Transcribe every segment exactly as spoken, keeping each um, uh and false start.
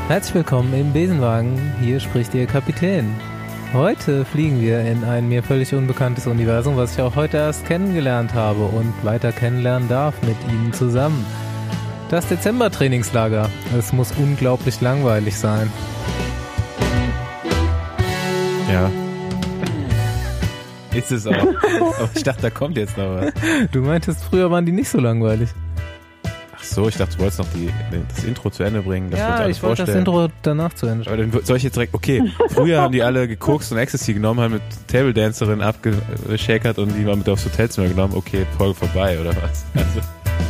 Herzlich willkommen im Besenwagen, hier spricht Ihr Kapitän. Heute fliegen wir in ein mir völlig unbekanntes Universum, was ich auch heute erst kennengelernt habe und weiter kennenlernen darf mit Ihnen zusammen. Das Dezember-Trainingslager. Es muss unglaublich langweilig sein. Ja. Ist es auch. Aber ich dachte, da kommt jetzt noch was. Du meintest, früher waren die nicht so langweilig. Ach so, ich dachte, du wolltest noch die, das Intro zu Ende bringen. Das ja, ich wollte das Intro danach zu Ende stellen. Aber dann soll ich jetzt direkt, okay, früher haben die alle gekokst und Ecstasy genommen, haben mit Table Dancerin abgeschäkert und die waren mit aufs Hotelzimmer genommen. Okay, Folge vorbei, oder was? Also.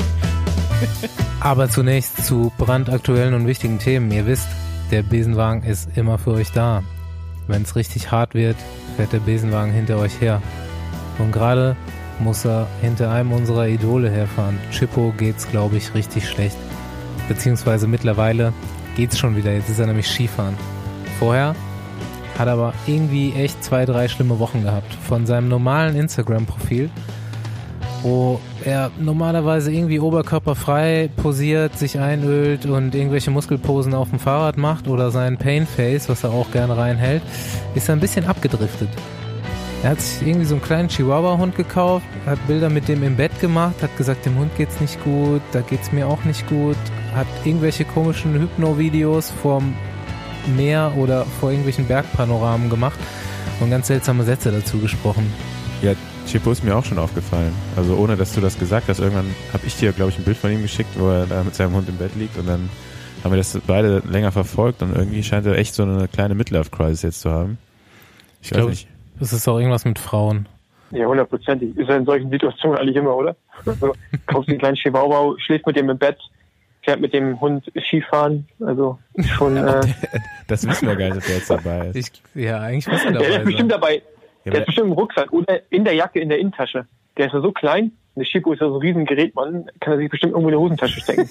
Aber zunächst zu brandaktuellen und wichtigen Themen. Ihr wisst, der Besenwagen ist immer für euch da. Wenn es richtig hart wird, fährt der Besenwagen hinter euch her. Und gerade muss er hinter einem unserer Idole herfahren. Chippo geht's, glaube ich, richtig schlecht. Beziehungsweise mittlerweile geht's schon wieder. Jetzt ist er nämlich Skifahren. Vorher hat er aber irgendwie echt zwei, drei schlimme Wochen gehabt. Von seinem normalen Instagram-Profil, wo er normalerweise irgendwie oberkörperfrei posiert, sich einölt und irgendwelche Muskelposen auf dem Fahrrad macht oder sein Painface, was er auch gerne reinhält, ist er ein bisschen abgedriftet. Er hat sich irgendwie so einen kleinen Chihuahua-Hund gekauft, hat Bilder mit dem im Bett gemacht, hat gesagt, dem Hund geht's nicht gut, da geht's mir auch nicht gut, hat irgendwelche komischen Hypno-Videos vorm Meer oder vor irgendwelchen Bergpanoramen gemacht und ganz seltsame Sätze dazu gesprochen. Ja, Chippo ist mir auch schon aufgefallen. Also ohne, dass du das gesagt hast, irgendwann habe ich dir, glaube ich, ein Bild von ihm geschickt, wo er da mit seinem Hund im Bett liegt und dann haben wir das beide länger verfolgt und irgendwie scheint er echt so eine kleine Midlife-Crisis jetzt zu haben. Ich, ich weiß nicht. Das ist auch irgendwas mit Frauen. Ja, hundertprozentig. Ist ja in solchen Situationen eigentlich immer, oder? Also, kaufst einen kleinen Chihuahua, schläft mit dem im Bett, fährt mit dem Hund Skifahren. Also schon. Äh, das wissen wir gar nicht, ob der jetzt dabei ist. Ich, ja, eigentlich muss er dabei sein. Der ist bestimmt dabei. Ja, der ist bestimmt im Rucksack oder in der Jacke, in der Innentasche. Der ist ja so klein. Der Chippo ist ja so ein Riesengerät, man kann er sich bestimmt irgendwo in die Hosentasche stecken.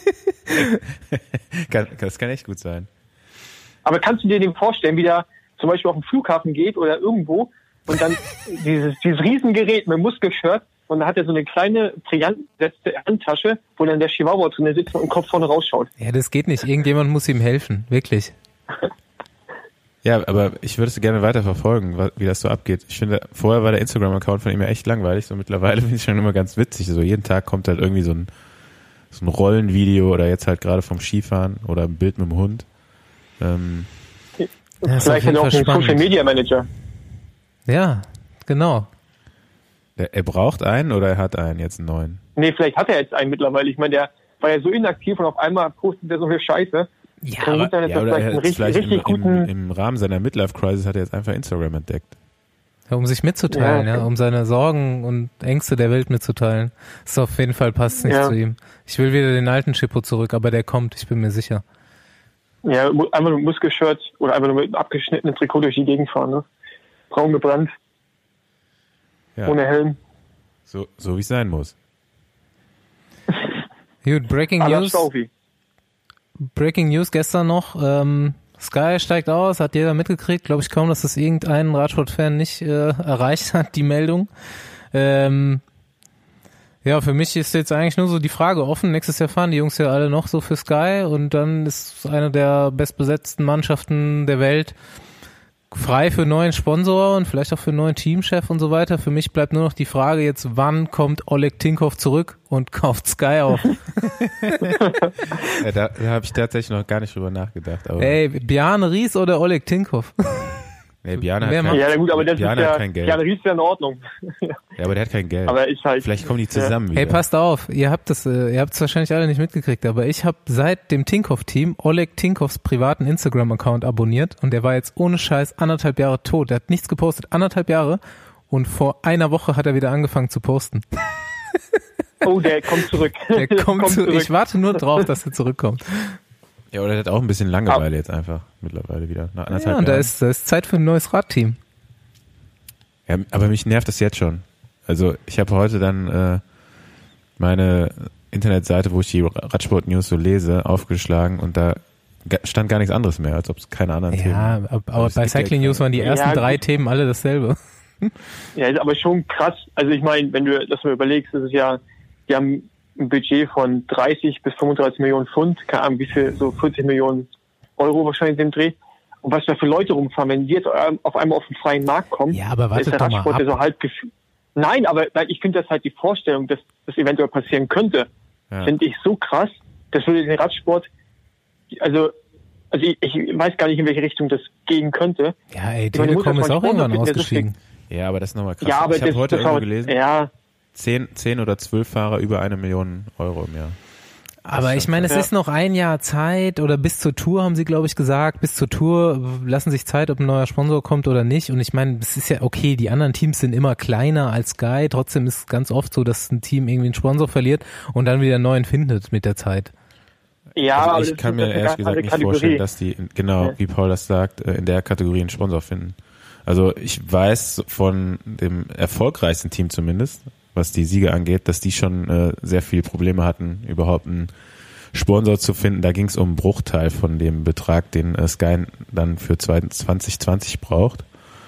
Das kann echt gut sein. Aber kannst du dir den vorstellen, wie der zum Beispiel auf den Flughafen geht oder irgendwo und dann dieses, dieses Riesengerät mit Muskelshirt und dann hat er so eine kleine triangelbesetzte Handtasche, wo dann der Chihuahua drin sitzt und den Kopf vorne rausschaut. Ja, das geht nicht. Irgendjemand muss ihm helfen. Wirklich. Ja, aber ich würde es gerne weiter verfolgen, wie das so abgeht. Ich finde, vorher war der Instagram-Account von ihm ja echt langweilig, so mittlerweile finde ich schon immer ganz witzig. So jeden Tag kommt halt irgendwie so ein, so ein Rollenvideo oder jetzt halt gerade vom Skifahren oder ein Bild mit dem Hund. Ähm, ja, vielleicht hat er auch einen Social-Media-Manager. Ja, genau. Er, er braucht einen oder er hat einen, jetzt einen neuen? Nee, vielleicht hat er jetzt einen mittlerweile. Ich meine, der war ja so inaktiv und auf einmal postet er so viel Scheiße. Ja, aber, dann ja, oder vielleicht, einen richtig, vielleicht richtig im, guten im, im Rahmen seiner Midlife-Crisis hat er jetzt einfach Instagram entdeckt. Ja, um sich mitzuteilen, ja, okay. ja, um seine Sorgen und Ängste der Welt mitzuteilen. Das auf jeden Fall passt nicht ja. zu ihm. Ich will wieder den alten Chippo zurück, aber der kommt, ich bin mir sicher. Ja, einfach nur Muskelshirt oder einfach nur mit einem abgeschnittenen Trikot durch die Gegend fahren, ne? Braun gebrannt. Ja. Ohne Helm. So, so wie es sein muss. Gut, Breaking News. Breaking News gestern noch. Ähm, Sky steigt aus, hat jeder mitgekriegt. Glaube ich kaum, dass das irgendeinen Radsport-Fan nicht äh, erreicht hat, die Meldung. Ähm, ja, für mich ist jetzt eigentlich nur so die Frage offen. Nächstes Jahr fahren die Jungs ja alle noch so für Sky und dann ist eine der bestbesetzten Mannschaften der Welt frei für neuen Sponsor und vielleicht auch für neuen Teamchef und so weiter. Für mich bleibt nur noch die Frage jetzt, wann kommt Oleg Tinkoff zurück und kauft Sky auf? ja, da da habe ich tatsächlich noch gar nicht drüber nachgedacht. Aber Ey, Bjarne Ries oder Oleg Tinkoff? Nee, Bjarne hat kein, ja, gut, aber das Bjarne ist ja, hat kein Geld. Bjarne Ries ist ja in Ordnung. Ja, aber der hat kein Geld. Aber ist halt, vielleicht kommen die zusammen ja. wieder. Hey, passt auf, ihr habt das, äh, ihr habt es wahrscheinlich alle nicht mitgekriegt, aber ich habe seit dem Tinkoff-Team Oleg Tinkoffs privaten Instagram-Account abonniert und der war jetzt ohne Scheiß anderthalb Jahre tot. Der hat nichts gepostet, anderthalb Jahre und vor einer Woche hat er wieder angefangen zu posten. Oh, der kommt zurück. Der kommt, kommt zu, zurück. Ich warte nur drauf, dass er zurückkommt. Ja, oder der hat auch ein bisschen Langeweile jetzt einfach mittlerweile wieder. Nach anderthalb ja, und Jahren. da ist, da ist Zeit für ein neues Radteam. Ja, aber mich nervt das jetzt schon. Also ich habe heute dann äh, meine Internetseite, wo ich die Radsport-News so lese, aufgeschlagen und da stand gar nichts anderes mehr, als ob es keine anderen ja, Themen. Ja, aber, aber bei Cycling News waren die ersten ja, drei Themen alle dasselbe. Ja, ist aber schon krass. Also ich meine, wenn du das mal überlegst, das ist ja, die haben ein Budget von dreißig bis fünfunddreißig Millionen Pfund, keine Ahnung, wie viel, so vierzig Millionen Euro wahrscheinlich im Dreh. Und was da für Leute rumfahren, wenn die jetzt auf einmal auf den freien Markt kommen, ja, aber wartet ist der doch mal Radsport ab. ja so halb gefühlt. Nein, aber ich finde das halt die Vorstellung, dass das eventuell passieren könnte, Ja. finde ich so krass. Das würde den Radsport, also, also ich, ich weiß gar nicht, in welche Richtung das gehen könnte. Ja, ey, Ich meine, du musst Telekom ist erstmal auch irgendwann Sponsor finden, der so ausgeschieden. Ja, aber das ist nochmal krass. Ja, aber ich habe das, heute das irgendwo war, gelesen, ja, zehn, zehn oder zwölf Fahrer über eine Million Euro im Jahr. Aber ich meine, es Ja. ist noch ein Jahr Zeit oder bis zur Tour, haben sie, glaube ich, gesagt. Bis zur Tour lassen sich Zeit, ob ein neuer Sponsor kommt oder nicht. Und ich meine, es ist ja okay, die anderen Teams sind immer kleiner als Sky. Trotzdem ist es ganz oft so, dass ein Team irgendwie einen Sponsor verliert und dann wieder einen neuen findet mit der Zeit. ja, Also aber ich das kann ist mir eine ehrlich ganz gesagt andere nicht Kategorie. vorstellen, dass die, in- genau, Ja. wie Paul das sagt, äh, in der Kategorie einen Sponsor finden. Also ich weiß von dem erfolgreichsten Team zumindest, was die Siege angeht, dass die schon äh, sehr viele Probleme hatten, überhaupt einen Sponsor zu finden. Da ging es um einen Bruchteil von dem Betrag, den äh, Sky dann für zwanzig zwanzig braucht.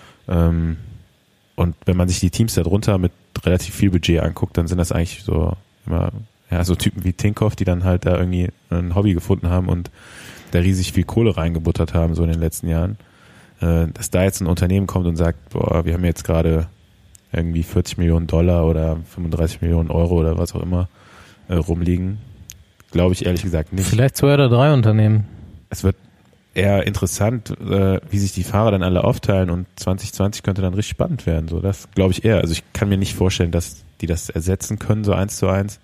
Ähm, und wenn man sich die Teams darunter mit relativ viel Budget anguckt, dann sind das eigentlich so immer ja so Typen wie Tinkoff, die dann halt da irgendwie ein Hobby gefunden haben und da riesig viel Kohle reingebuttert haben so in den letzten Jahren. Äh, dass da jetzt ein Unternehmen kommt und sagt, boah, wir haben jetzt gerade irgendwie vierzig Millionen Dollar oder fünfunddreißig Millionen Euro oder was auch immer äh, rumliegen, glaube ich ehrlich gesagt nicht. Vielleicht zwei oder drei Unternehmen. Es wird eher interessant, äh, wie sich die Fahrer dann alle aufteilen und zwanzig zwanzig könnte dann richtig spannend werden. So, das glaube ich eher. Also ich kann mir nicht vorstellen, dass die das ersetzen können, so eins zu eins.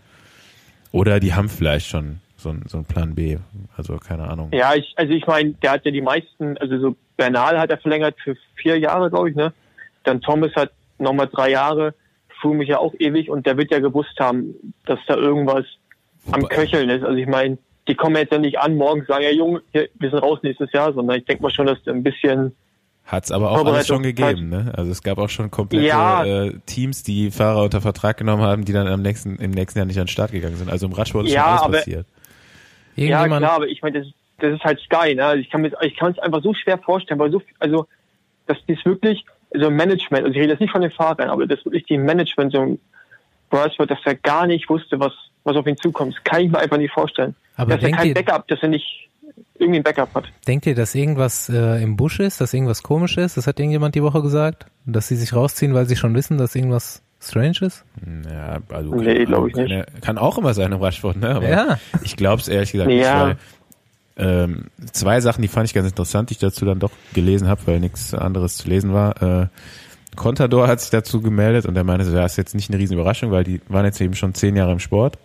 Oder die haben vielleicht schon so ein, so ein Plan B. Also keine Ahnung. Ja, ich, also ich meine, der hat ja die meisten, also so Bernal hat er verlängert für vier Jahre, glaube ich, ne? Dann Thomas hat nochmal drei Jahre, Froome mich ja auch ewig und der wird ja gewusst haben, dass da irgendwas am Wobei- Köcheln ist. Also ich meine, die kommen jetzt ja nicht an, morgen sagen, ja Junge, hier, wir sind raus nächstes Jahr, sondern ich denke mal schon, dass der ein bisschen, Hat's aber auch alles schon gegeben, ne? Also es gab auch schon komplette Ja. äh, Teams, die Fahrer unter Vertrag genommen haben, die dann am nächsten, im nächsten Jahr nicht an den Start gegangen sind. Also im Radsport ist Ja, schon alles aber- passiert. ja Irgendjemand, klar, aber ich meine, das, das ist halt Sky, ne? Also ich kann mir, ich kann es einfach so schwer vorstellen, weil so, also, dass dies wirklich, also Management, also ich rede jetzt nicht von den Fahrern, aber das wirklich die Management, so ein Brassford, dass er gar nicht wusste, was, was auf ihn zukommt. Das kann ich mir einfach nicht vorstellen. aber dass er denkt kein ihr, Backup, dass er nicht irgendwie ein Backup hat. denkt ihr, dass irgendwas äh, im Busch ist, dass irgendwas komisch ist? Das hat irgendjemand die Woche gesagt? Dass sie sich rausziehen, weil sie schon wissen, dass irgendwas strange ist? Ja, also Nee, kann, glaub ich kann, nicht. ja- kann auch immer sein im Radsport, ne? Aber Ja. ich glaube es ehrlich gesagt Ja. nicht, weil ähm, zwei Sachen, die fand ich ganz interessant, die ich dazu dann doch gelesen habe, weil nichts anderes zu lesen war. Äh, Contador hat sich dazu gemeldet und er meinte, so, ja, ist jetzt nicht eine riesen Überraschung, weil die waren jetzt eben schon zehn Jahre im Sport.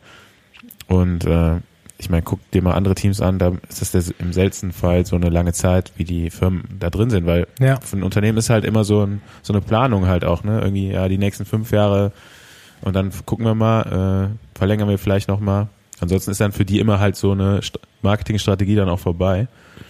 Und äh, ich meine, guck dir mal andere Teams an, da ist das der, im seltensten Fall so eine lange Zeit, wie die Firmen da drin sind, weil Ja. für ein Unternehmen ist halt immer so, ein, so eine Planung halt auch, ne? Irgendwie, ja, die nächsten fünf Jahre und dann gucken wir mal, äh, verlängern wir vielleicht noch mal. Ansonsten ist dann für die immer halt so eine St- Marketingstrategie dann auch vorbei.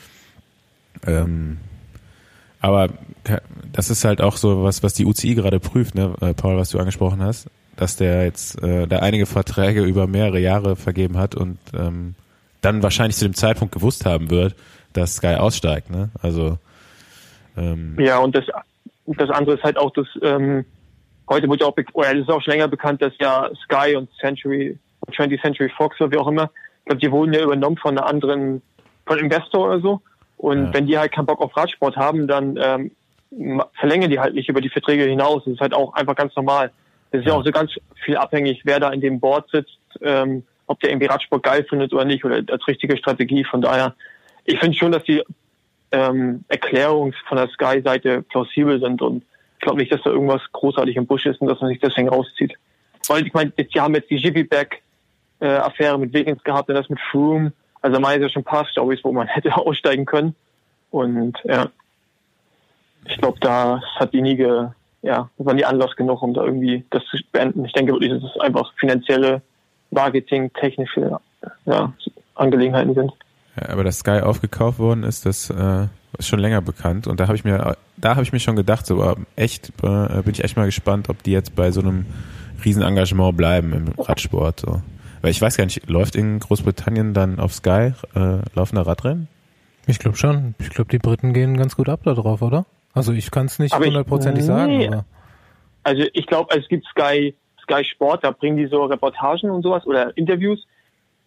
Ähm, aber ke- das ist halt auch so was, was die U C I gerade prüft, ne, äh, Paul, was du angesprochen hast, dass der jetzt äh, da einige Verträge über mehrere Jahre vergeben hat und ähm, dann wahrscheinlich zu dem Zeitpunkt gewusst haben wird, dass Sky aussteigt, ne? Also ähm, Ja, und das, das andere ist halt auch, dass ähm, heute wurde auch, be- oder es ist auch schon länger bekannt, dass ja Sky und Century, twentieth Century Fox oder wie auch immer, ich glaube, die wurden ja übernommen von einer anderen, von Investor oder so. Und Ja. wenn die halt keinen Bock auf Radsport haben, dann ähm, ma- verlängern die halt nicht über die Verträge hinaus. Das ist halt auch einfach ganz normal. Das ist ja, Ja. auch so ganz viel abhängig, wer da in dem Board sitzt, ähm, ob der irgendwie Radsport geil findet oder nicht, oder als richtige Strategie. Von daher, ich finde schon, dass die ähm, Erklärungen von der Sky-Seite plausibel sind und ich glaube nicht, dass da irgendwas großartig im Busch ist und dass man sich deswegen rauszieht. Weil ich meine, die haben jetzt die Jiffy-Bag-Affäre mit Wiggins gehabt und das mit Froome. Also da waren ja schon ein paar Storys, wo man hätte aussteigen können. Und ja, ich glaube, das hat die nie ge, ja, das war nie Anlass genug, um da irgendwie das zu beenden. Ich denke wirklich, dass es einfach finanzielle, Marketing, technische ja, Angelegenheiten sind. Ja, aber dass Sky aufgekauft worden ist, das äh, ist schon länger bekannt und da habe ich mir, da habe ich mir schon gedacht, so aber echt äh, bin ich echt mal gespannt, ob die jetzt bei so einem Riesenengagement bleiben im Radsport. So. Weil ich weiß gar nicht, läuft in Großbritannien dann auf Sky äh, laufender Radrennen? Ich glaube schon. Ich glaube, die Briten gehen ganz gut ab da drauf, oder? Also ich kann es nicht Aber ich- hundertprozentig sagen, nee. aber Also ich glaube, es gibt Sky, Sky Sport, da bringen die so Reportagen und sowas oder Interviews.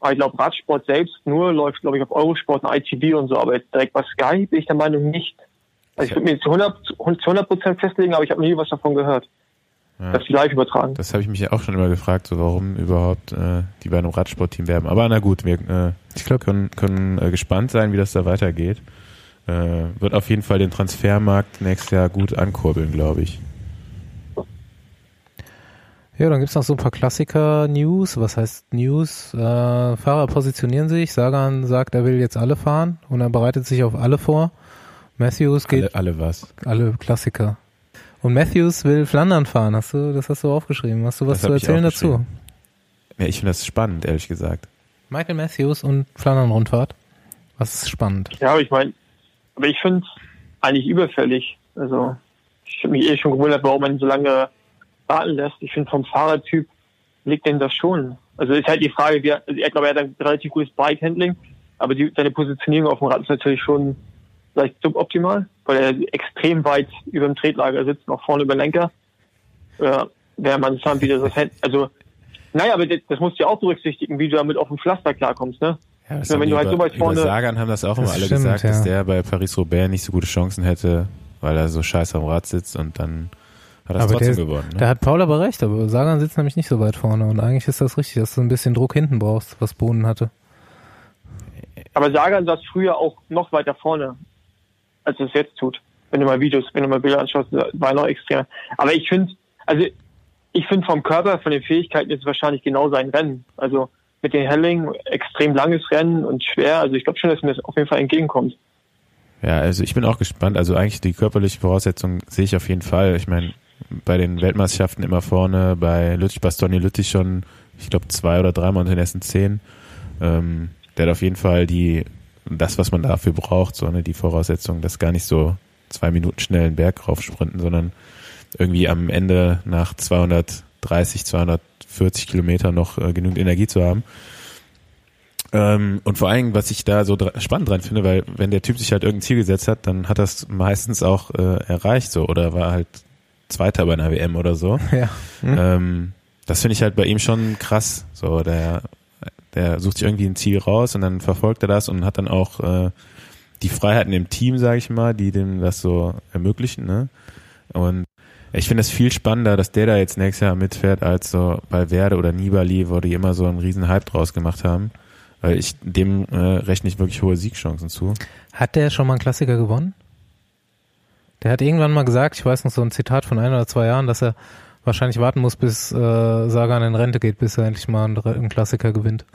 Aber ich glaube, Radsport selbst nur läuft, glaube ich, auf Eurosport und I T V und so. Aber jetzt direkt bei Sky bin ich der Meinung nicht. Also ich würde mir jetzt zu hundert Prozent festlegen, aber ich habe nie was davon gehört. Ja. Dass die live übertragen. Das habe ich mich ja auch schon immer gefragt, so warum überhaupt äh, die bei einem Radsportteam werben. Aber na gut, wir äh, ich glaub, können, können äh, gespannt sein, wie das da weitergeht. Äh, wird auf jeden Fall den Transfermarkt nächstes Jahr gut ankurbeln, glaube ich. Ja, dann gibt's noch so ein paar Klassiker-News. Was heißt News? Äh, Fahrer positionieren sich. Sagan sagt, er will jetzt alle fahren und er bereitet sich auf alle vor. Matthews geht... Alle, alle was? Alle Klassiker. Und Matthews will Flandern fahren. Hast du, das hast du aufgeschrieben. Hast du was das zu erzählen dazu? Ja, ich finde das spannend, ehrlich gesagt. Michael Matthews und Flandern-Rundfahrt. Was ist spannend? Ja, aber ich meine, aber ich finde es eigentlich überfällig. Also, ich habe mich eh schon gewundert, warum man ihn so lange warten lässt. Ich finde, vom Fahrertyp liegt denn das schon. Also, ist halt die Frage, wie er, also ich glaube, er hat ein relativ gutes Bike-Handling, aber die, seine Positionierung auf dem Rad ist natürlich schon vielleicht suboptimal, weil er extrem weit über dem Tretlager sitzt, noch vorne über den Lenker. Ja, wäre man sagen, wie das das Hand, also, naja, aber das, das musst du ja auch berücksichtigen, wie du damit auf dem Pflaster klarkommst, ne? Ja, das ja, wenn du halt über, so weit vorne. Über Sagan haben das auch das immer alle stimmt, gesagt, ja. dass der bei Paris-Roubaix nicht so gute Chancen hätte, weil er so scheiße am Rad sitzt und dann hat er es trotzdem der, gewonnen. Ne? Da hat Paul aber recht, aber Sagan sitzt nämlich nicht so weit vorne und eigentlich ist das richtig, dass du ein bisschen Druck hinten brauchst, was Bohnen hatte. Aber Sagan saß früher auch noch weiter vorne, als es jetzt tut. Wenn du mal Videos, wenn du mal Bilder anschaust, war er noch extrem. Aber ich finde, also ich finde vom Körper, von den Fähigkeiten ist es wahrscheinlich genau sein Rennen. Also mit den Helling, extrem langes Rennen und schwer. Also ich glaube schon, dass mir das auf jeden Fall entgegenkommt. Ja, also ich bin auch gespannt. Also eigentlich die körperliche Voraussetzung sehe ich auf jeden Fall. Ich meine, bei den Weltmeisterschaften immer vorne, bei Lüttich, Bastogne Lüttich schon, ich glaube, zwei oder dreimal unter den ersten zehn. Ähm, der hat auf jeden Fall die, das, was man dafür braucht, so, ne, die Voraussetzung, das gar nicht so zwei Minuten schnell einen Berg raufsprinten, sondern irgendwie am Ende nach zweihundertdreißig, zweihundertvierzig Kilometer noch äh, genügend Energie zu haben. Ähm, und vor allem, was ich da so dra- spannend dran finde, weil wenn der Typ sich halt irgendein Ziel gesetzt hat, dann hat das meistens auch äh, erreicht, so, oder war halt Zweiter bei einer W M oder so. Ja. Hm. Ähm, das finde ich halt bei ihm schon krass. So, der, der sucht sich irgendwie ein Ziel raus und dann verfolgt er das und hat dann auch äh, die Freiheiten im Team, sage ich mal, die dem das so ermöglichen, ne? Und ich finde es viel spannender, dass der da jetzt nächstes Jahr mitfährt, als so Valverde oder Nibali, wo die immer so einen riesen Hype draus gemacht haben. Weil ich dem äh, rechne ich wirklich hohe Siegchancen zu. Hat der schon mal einen Klassiker gewonnen? Der hat irgendwann mal gesagt, ich weiß noch so ein Zitat von ein oder zwei Jahren, dass er wahrscheinlich warten muss, bis äh, Sagan in Rente geht, bis er endlich mal einen, einen Klassiker gewinnt.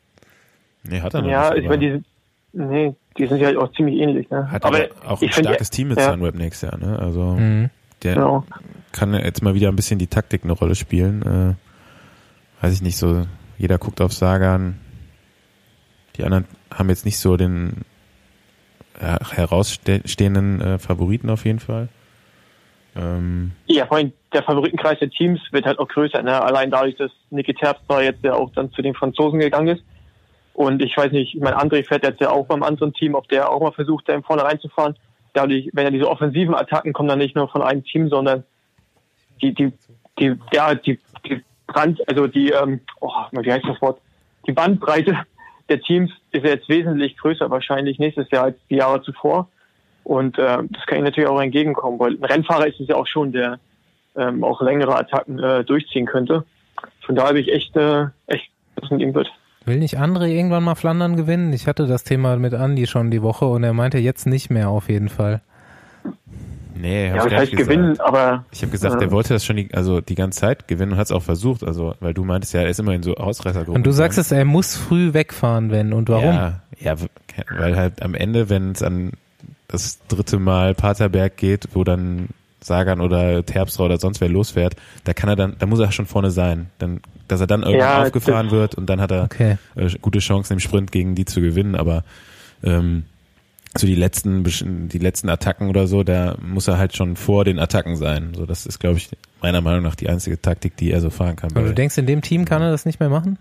Nee, hat er noch ja, nicht. ich meine, die, nee, die sind ja halt auch ziemlich ähnlich. Ne? Hat aber aber auch ein starkes Team mit ja. Sunweb nächstes Jahr. Ne? Also Mhm. der Genau. kann jetzt mal wieder ein bisschen die Taktik eine Rolle spielen. Äh, weiß ich nicht, so jeder guckt auf Sagan. Die anderen haben jetzt nicht so den ja, herausstehenden äh, Favoriten auf jeden Fall. Ähm, Ja, vor allem der Favoritenkreis der Teams wird halt auch größer, ne? Allein dadurch, dass Niki Terpstra jetzt ja auch dann zu den Franzosen gegangen ist. Und ich weiß nicht, ich meine, André fährt jetzt ja auch beim anderen Team, auf der er auch mal versucht, da in vorne reinzufahren. Dadurch, wenn ja diese offensiven Attacken kommen dann nicht nur von einem Team, sondern die, die, die, ja, die, die Brand, also die, ähm, oh, wie heißt das Wort? Die Bandbreite der Teams ist ja jetzt wesentlich größer wahrscheinlich nächstes Jahr als die Jahre zuvor. Und äh, das kann Ihnen natürlich auch entgegenkommen, weil ein Rennfahrer ist es ja auch schon, der ähm, auch längere Attacken äh, durchziehen könnte. Von daher habe ich echt, äh, echt, was mit ihm wird. Will nicht André irgendwann mal Flandern gewinnen? Ich hatte das Thema mit Andi schon die Woche und er meinte jetzt nicht mehr auf jeden Fall. nee, hab Ja, ich das gar heißt nicht gesagt. gewinnen, aber Ich habe gesagt, äh, der wollte das schon die, also die ganze Zeit gewinnen und hat es auch versucht. Also, weil du meintest ja, er ist immer in so Ausreißergruppen. Und du sagst es, er muss früh wegfahren, wenn und warum? Ja, ja, weil halt am Ende, wenn es an das dritte Mal Paterberg geht, wo dann Sagan oder Terpstra oder sonst wer losfährt, da kann er dann, da muss er schon vorne sein. Dann, dass er dann irgendwann Ja, aufgefahren das- wird und dann hat er Okay. äh, gute Chancen im Sprint gegen die zu gewinnen, aber ähm, so die letzten die letzten Attacken oder so, da muss er halt schon vor den Attacken sein. So, das ist, glaube ich, meiner Meinung nach die einzige Taktik, die er so fahren kann. Aber du denkst, in dem Team kann er das nicht mehr machen?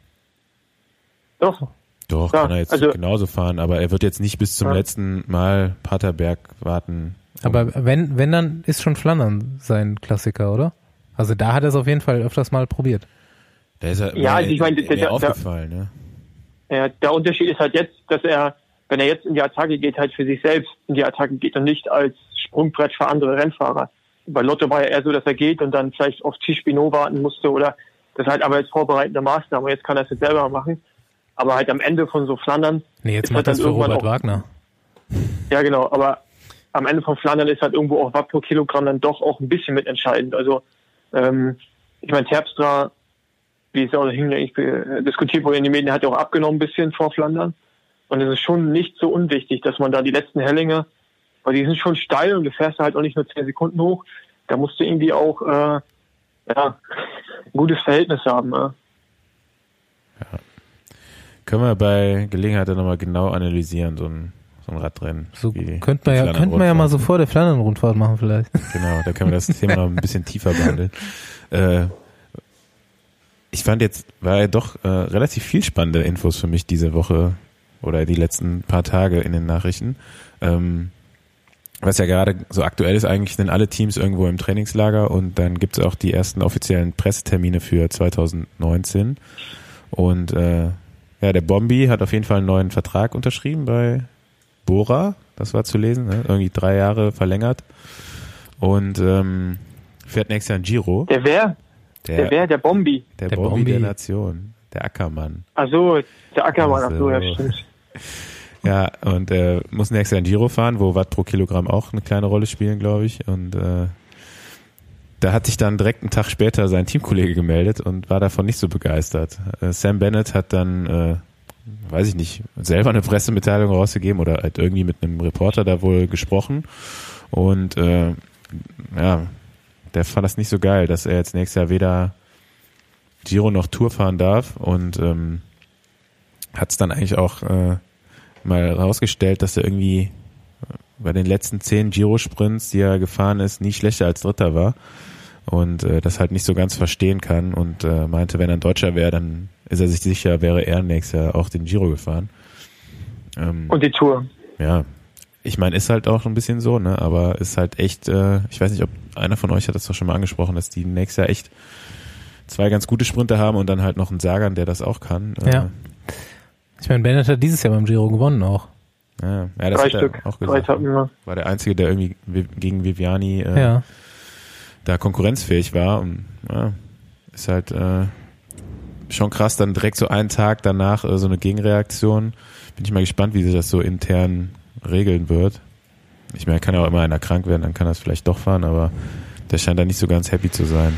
doch. Doch, Ja, kann er jetzt also- genauso fahren, aber er wird jetzt nicht bis zum Ja. letzten Mal Paterberg warten. Aber wenn, wenn, dann ist schon Flandern sein Klassiker, oder? Also da hat er es auf jeden Fall öfters mal probiert. Da ist er Ja, mir, also ich meine, mir der- der- aufgefallen, ne? Ja, der Unterschied ist halt jetzt, dass er, wenn er jetzt in die Attacke geht, halt für sich selbst in die Attacke geht und nicht als Sprungbrett für andere Rennfahrer. Bei Lotto war ja eher so, dass er geht und dann vielleicht auf Tisch-Pinot warten musste oder das halt aber als vorbereitende Maßnahme. Jetzt kann er es jetzt selber machen. Aber halt am Ende von so Flandern... Nee, jetzt macht das für Robert auch, Wagner. Ja, genau. Aber am Ende von Flandern ist halt irgendwo auch Watt pro Kilogramm dann doch auch ein bisschen mitentscheidend. Also, ähm, ich meine, Terpstra, wie es ja auch hinlänglich diskutiert wurde in den Medien, hat ja auch abgenommen ein bisschen vor Flandern. Und es ist schon nicht so unwichtig, dass man da die letzten Hellinge, weil die sind schon steil und du fährst halt auch nicht nur zehn Sekunden hoch. Da musst du irgendwie auch äh, ja, ein gutes Verhältnis haben. Ne? Ja. Können wir bei Gelegenheit dann nochmal genau analysieren, so ein, so ein Radrennen. So könnte man ja, könnte man ja mal so vor der Flandern-Rundfahrt machen vielleicht. Genau, da können wir das Thema noch ein bisschen tiefer behandeln. Äh, ich fand jetzt, war ja doch äh, relativ viel spannende Infos für mich diese Woche oder die letzten paar Tage in den Nachrichten. Ähm, was ja gerade so aktuell ist, eigentlich sind alle Teams irgendwo im Trainingslager und dann gibt es auch die ersten offiziellen Pressetermine für zwanzig neunzehn. Und äh, ja, der Bombi hat auf jeden Fall einen neuen Vertrag unterschrieben bei Bora, das war zu lesen, ne? Irgendwie drei Jahre verlängert und ähm, fährt nächstes Jahr ein Giro. Der wer? Der, der wer? Der Bombi? Der, der Bombi, Bombi der Nation, der Ackermann. Ach so, der Ackermann, also, ach so, ja, stimmt. Ja, und äh, muss nächstes Jahr ein Giro fahren, wo Watt pro Kilogramm auch eine kleine Rolle spielen, glaube ich. Und äh, da hat sich dann direkt einen Tag später sein Teamkollege gemeldet und war davon nicht so begeistert. Äh, Sam Bennett hat dann, äh, weiß ich nicht, selber eine Pressemitteilung rausgegeben oder halt irgendwie mit einem Reporter da wohl gesprochen. Und äh, ja, der fand das nicht so geil, dass er jetzt nächstes Jahr weder Giro noch Tour fahren darf und ähm, hat es dann eigentlich auch äh, mal rausgestellt, dass er irgendwie bei den letzten zehn Giro-Sprints, die er gefahren ist, nie schlechter als Dritter war und äh, das halt nicht so ganz verstehen kann und äh, meinte, wenn er ein Deutscher wäre, dann ist er sich sicher, wäre er nächstes Jahr auch den Giro gefahren. Ähm, und die Tour. Ja, ich meine, ist halt auch ein bisschen so, ne, aber ist halt echt, äh, ich weiß nicht, ob einer von euch hat das doch schon mal angesprochen, dass die nächstes Jahr echt zwei ganz gute Sprinter haben und dann halt noch einen Sagan, der das auch kann. Ja. Ich meine, Bennett hat dieses Jahr beim Giro gewonnen auch. Ja, ja das Drei hat Stück. er auch gesagt. Drei war der Einzige, der irgendwie gegen Viviani äh, ja. da konkurrenzfähig war. Und ja, ist halt äh, schon krass, dann direkt so einen Tag danach äh, so eine Gegenreaktion. Bin ich mal gespannt, wie sich das so intern regeln wird. Ich meine, kann ja auch immer einer krank werden, dann kann er es vielleicht doch fahren, aber der scheint da nicht so ganz happy zu sein.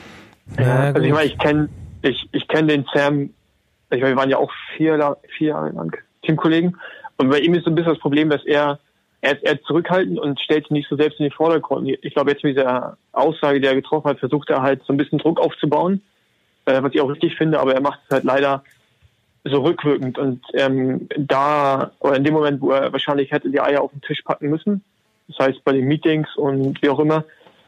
Ja, also ich meine, ich kenne ich, ich kenn den Sam, ich meine, wir waren ja auch vier, vier Jahre lang Teamkollegen und bei ihm ist so ein bisschen das Problem, dass er er ist eher zurückhaltend und stellt sich nicht so selbst in den Vordergrund. Ich glaube, jetzt mit dieser Aussage, die er getroffen hat, versucht er halt so ein bisschen Druck aufzubauen, äh, was ich auch richtig finde, aber er macht es halt leider so rückwirkend und ähm, da, oder in dem Moment, wo er wahrscheinlich hätte die Eier auf den Tisch packen müssen, das heißt bei den Meetings und wie auch immer,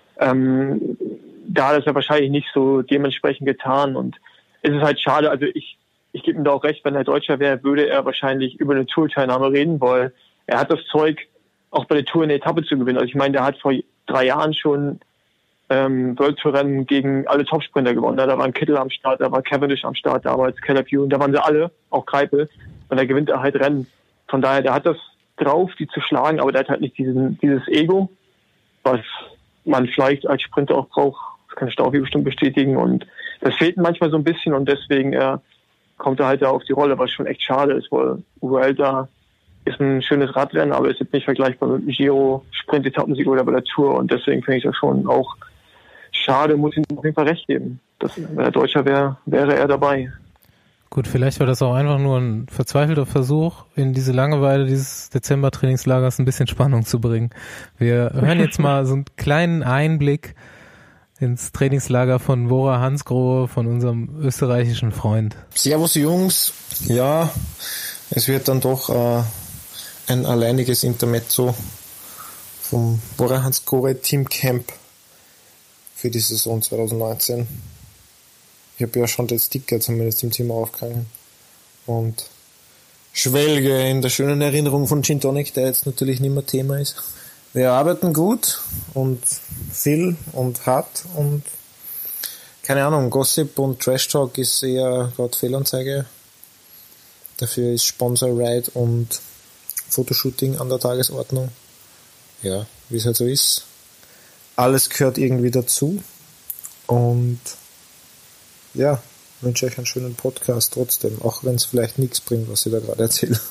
ähm, da hat es ja wahrscheinlich nicht so dementsprechend getan und es ist halt schade, also ich ich gebe ihm da auch recht, wenn er Deutscher wäre, würde er wahrscheinlich über eine Tour-Teilnahme reden, weil er hat das Zeug, auch bei der Tour eine Etappe zu gewinnen. Also ich meine, der hat vor drei Jahren schon ähm, World Tour Rennen gegen alle Topsprinter gewonnen. Da war ein Kittel am Start, da war Cavendish am Start, damals Caleb Ewan, da waren sie alle, auch Greipel, und da gewinnt er halt Rennen. Von daher, der hat das drauf, die zu schlagen, aber der hat halt nicht diesen, dieses Ego, was man vielleicht als Sprinter auch braucht. Das kann Staufi bestimmt bestätigen und das fehlt ihm manchmal so ein bisschen und deswegen äh, kommt er halt da auf die Rolle, was schon echt schade ist, weil Vuelta ist ein schönes Radrennen, aber ist jetzt nicht vergleichbar mit dem Giro, Sprint-Etappensieg oder bei der Tour und deswegen finde ich das schon auch schade, muss ihm auf jeden Fall recht geben. Das, wenn er Deutscher wäre, wäre er dabei. Gut, vielleicht war das auch einfach nur ein verzweifelter Versuch, in diese Langeweile dieses Dezember-Trainingslagers ein bisschen Spannung zu bringen. Wir hören jetzt mal so einen kleinen Einblick ins Trainingslager von Bora Hansgrohe, von unserem österreichischen Freund. Servus Jungs, ja, es wird dann doch äh, ein alleiniges Intermezzo vom Bora Hansgrohe Teamcamp für die Saison zwanzig neunzehn. Ich habe ja schon den Sticker zumindest im Team aufgehangen und schwelge in der schönen Erinnerung von Gin Tonic, der jetzt natürlich nicht mehr Thema ist. Wir arbeiten gut und viel und hart und keine Ahnung, Gossip und Trash Talk ist eher gerade Fehlanzeige. Dafür ist Sponsor Ride und Fotoshooting an der Tagesordnung. Ja, wie es halt so ist. Alles gehört irgendwie dazu. Und ja, wünsche euch einen schönen Podcast trotzdem, auch wenn es vielleicht nichts bringt, was ich da gerade erzähle.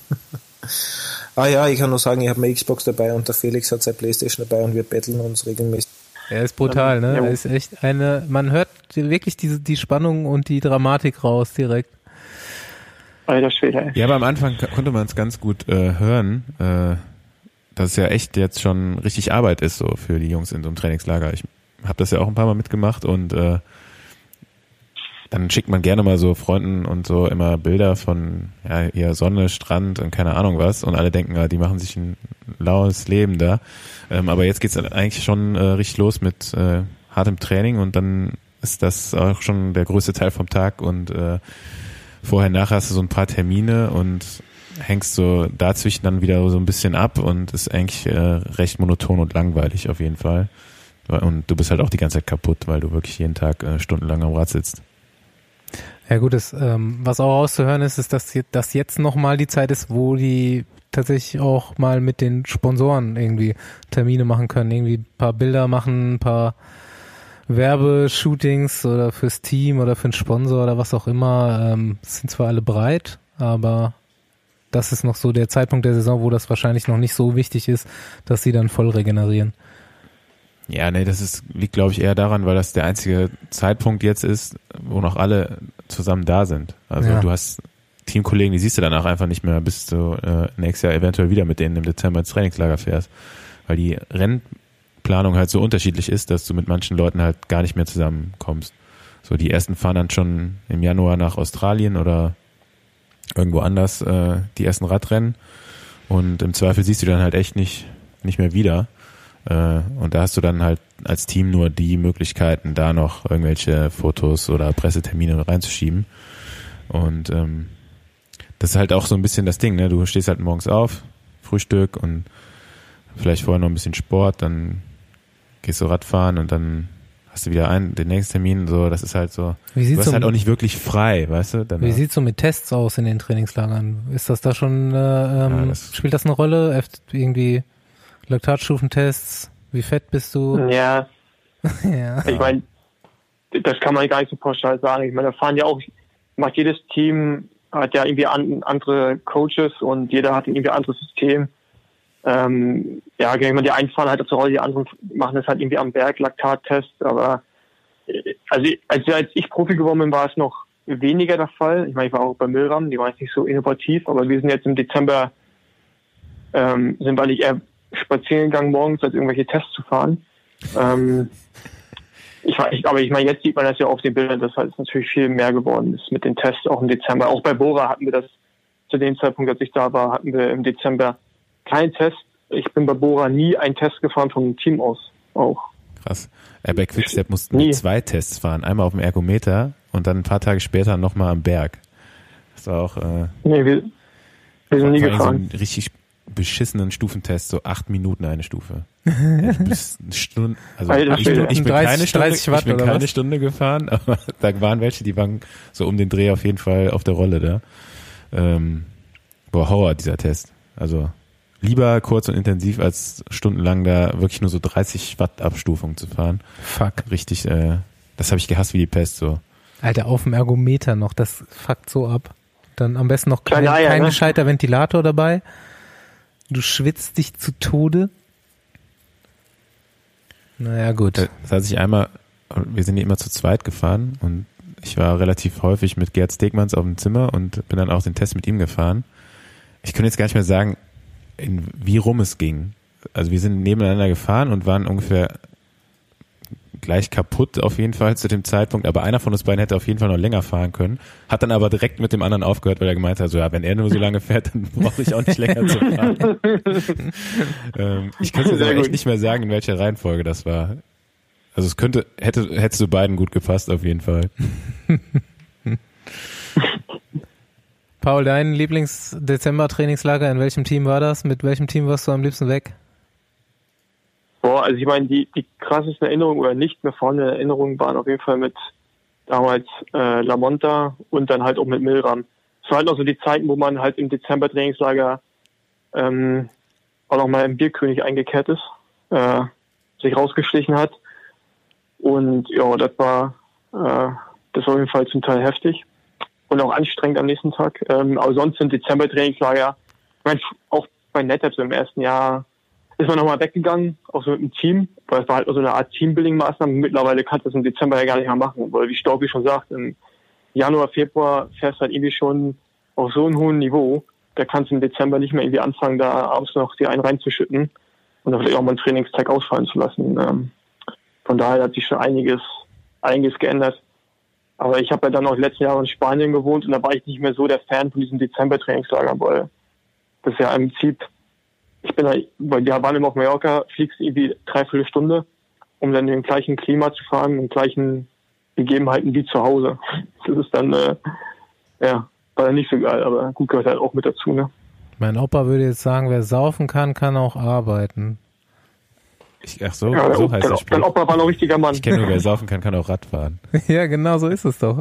Ah ja, ich kann nur sagen, ich habe meine Xbox dabei und der Felix hat seine Playstation dabei und wir betteln uns regelmäßig. Er ist brutal, ne? Er ist echt eine, man hört wirklich diese, die Spannung und die Dramatik raus direkt. Alter Schwede, ey. Ja, aber am Anfang konnte man es ganz gut äh, hören, äh, dass es ja echt jetzt schon richtig Arbeit ist so für die Jungs in so einem Trainingslager. Ich habe das ja auch ein paar Mal mitgemacht und äh, dann schickt man gerne mal so Freunden und so immer Bilder von ja, hier Sonne, Strand und keine Ahnung was und alle denken, ja, die machen sich ein laues Leben da. Ähm, aber jetzt geht's eigentlich schon äh, richtig los mit äh, hartem Training und dann ist das auch schon der größte Teil vom Tag und äh, vorher, nachher hast du so ein paar Termine und hängst so dazwischen dann wieder so ein bisschen ab und ist eigentlich äh, recht monoton und langweilig auf jeden Fall. Und du bist halt auch die ganze Zeit kaputt, weil du wirklich jeden Tag äh, stundenlang am Rad sitzt. Ja gut, das, ähm, was auch rauszuhören ist, ist, dass, dass jetzt nochmal die Zeit ist, wo die tatsächlich auch mal mit den Sponsoren irgendwie Termine machen können, irgendwie ein paar Bilder machen, ein paar Werbeshootings oder fürs Team oder für einen Sponsor oder was auch immer. Ähm, sind zwar alle bereit, aber das ist noch so der Zeitpunkt der Saison, wo das wahrscheinlich noch nicht so wichtig ist, dass sie dann voll regenerieren. Ja, nee, das ist, liegt glaube ich eher daran, weil das der einzige Zeitpunkt jetzt ist, wo noch alle zusammen da sind. Also ja. Du hast Teamkollegen, die siehst du danach einfach nicht mehr, bis du äh, nächstes Jahr eventuell wieder mit denen im Dezember ins Trainingslager fährst. Weil die Rennplanung halt so unterschiedlich ist, dass du mit manchen Leuten halt gar nicht mehr zusammenkommst. So, die ersten fahren dann schon im Januar nach Australien oder irgendwo anders äh, die ersten Radrennen und im Zweifel siehst du dann halt echt nicht, nicht mehr wieder. Und da hast du dann halt als Team nur die Möglichkeiten, da noch irgendwelche Fotos oder Pressetermine reinzuschieben. Und ähm, das ist halt auch so ein bisschen das Ding, ne? Du stehst halt morgens auf, Frühstück und vielleicht vorher noch ein bisschen Sport, dann gehst du Radfahren und dann hast du wieder einen, den nächsten Termin. So, das ist halt so. Wie sieht's du bist so halt auch nicht wirklich frei, weißt du? Danach. Wie sieht's so mit Tests aus in den Trainingslagern? Ist das da schon, äh, ähm, ja, das spielt das eine Rolle? Irgendwie Laktatstufentests, wie fett bist du? Ja. ja. Ich meine, das kann man gar nicht so pauschal sagen. Ich meine, da fahren ja auch, macht jedes Team, hat ja irgendwie an, andere Coaches und jeder hat irgendwie ein anderes System. Ähm, ja, ich meine, die einen fahren halt zur Rolle, die anderen machen es halt irgendwie am Berg, Laktattest, aber also als, als ich Profi geworden bin, war es noch weniger der Fall. Ich meine, ich war auch bei Milram, die waren jetzt nicht so innovativ, aber wir sind jetzt im Dezember, ähm, sind wir nicht eher spazieren gegangen morgens, als irgendwelche Tests zu fahren. Ähm, ich, ich, aber ich meine, jetzt sieht man das ja auf den Bildern, dass halt natürlich viel mehr geworden ist mit den Tests, auch im Dezember. Auch bei Bora hatten wir das, zu dem Zeitpunkt, als ich da war, hatten wir im Dezember keinen Test. Ich bin bei Bora nie einen Test gefahren vom Team aus. Auch. Krass. Äh, bei Quickstep mussten wir zwei Tests fahren. Einmal auf dem Ergometer und dann ein paar Tage später nochmal am Berg. Das war auch... Äh, nee, wir, wir sind nie gefahren. So ein richtig beschissenen Stufentest, so acht Minuten eine Stufe. Ja, du bist eine Stunde, also Alter, ich, bin, ich bin keine Stunde, dreißig Watt ich bin oder keine was? Stunde gefahren, aber da waren welche, die waren so um den Dreh auf jeden Fall auf der Rolle da. Ähm, boah, Horror, dieser Test. Also lieber kurz und intensiv, als stundenlang da wirklich nur so dreißig Watt Abstufung zu fahren. Fuck. Richtig, äh, das habe ich gehasst wie die Pest, so. Alter, auf dem Ergometer noch, das fuckt so ab. Dann am besten noch kein, ja, ja, kein ne? gescheiter Ventilator dabei. Du schwitzt dich zu Tode. Naja, gut. Das hat sich einmal, wir sind ja immer zu zweit gefahren und ich war relativ häufig mit Gerd Stegmanns auf dem Zimmer und bin dann auch den Test mit ihm gefahren. Ich könnte jetzt gar nicht mehr sagen, in, wie rum es ging. Also wir sind nebeneinander gefahren und waren ungefähr gleich kaputt auf jeden Fall zu dem Zeitpunkt, aber einer von uns beiden hätte auf jeden Fall noch länger fahren können, hat dann aber direkt mit dem anderen aufgehört, weil er gemeint hat, so ja, wenn er nur so lange fährt, dann brauche ich auch nicht länger zu fahren. ähm, ich könnte jetzt aber echt nicht mehr sagen, in welcher Reihenfolge das war. Also es könnte, hätte, hättest du beiden gut gepasst auf jeden Fall. Paul, dein Lieblings-Dezember-Trainingslager, in welchem Team war das? Mit welchem Team warst du am liebsten weg? Boah, also ich meine, die, die krassesten Erinnerungen oder nicht mehr vorhandene Erinnerungen waren auf jeden Fall mit damals äh, La Monta und dann halt auch mit Milram. es war halt noch so die Zeiten, wo man halt im Dezember Trainingslager ähm, auch noch mal im Bierkönig eingekehrt ist, äh, sich rausgeschlichen hat. Und ja, das war äh, das war auf jeden Fall zum Teil heftig und auch anstrengend am nächsten Tag. Ähm, aber sonst sind Dezember Trainingslager, ich meine, auch bei NetApp so im ersten Jahr ist man nochmal weggegangen, auch so mit dem Team, weil es war halt so eine Art Teambuilding-Maßnahme. Mittlerweile kannst du das im Dezember ja gar nicht mehr machen, weil wie Storby schon sagt, im Januar, Februar fährst du halt irgendwie schon auf so einem hohen Niveau, da kannst du im Dezember nicht mehr irgendwie anfangen, da abends noch die einen reinzuschütten und dann vielleicht auch mal einen Trainingstag ausfallen zu lassen. Ähm, von daher hat sich schon einiges, einiges geändert. Aber ich habe ja dann auch letztes Jahr in Spanien gewohnt und da war ich nicht mehr so der Fan von diesem Dezember-Trainingslager, weil das ist ja im Prinzip, ich bin da, weil wir waren immer auf Mallorca, fliegst irgendwie dreiviertel Stunde, um dann in dem gleichen Klima zu fahren, in den gleichen Gegebenheiten wie zu Hause. Das ist dann, äh, ja, war dann nicht so geil, aber gut, gehört halt auch mit dazu, ne? Mein Opa würde jetzt sagen, wer saufen kann, kann auch arbeiten. Ich, ach so, Ja, so heißt dein, das Spiel. dein Opa war noch ein richtiger Mann. Ich kenne nur, wer saufen kann, kann auch Rad fahren. Ja, genau so ist es doch.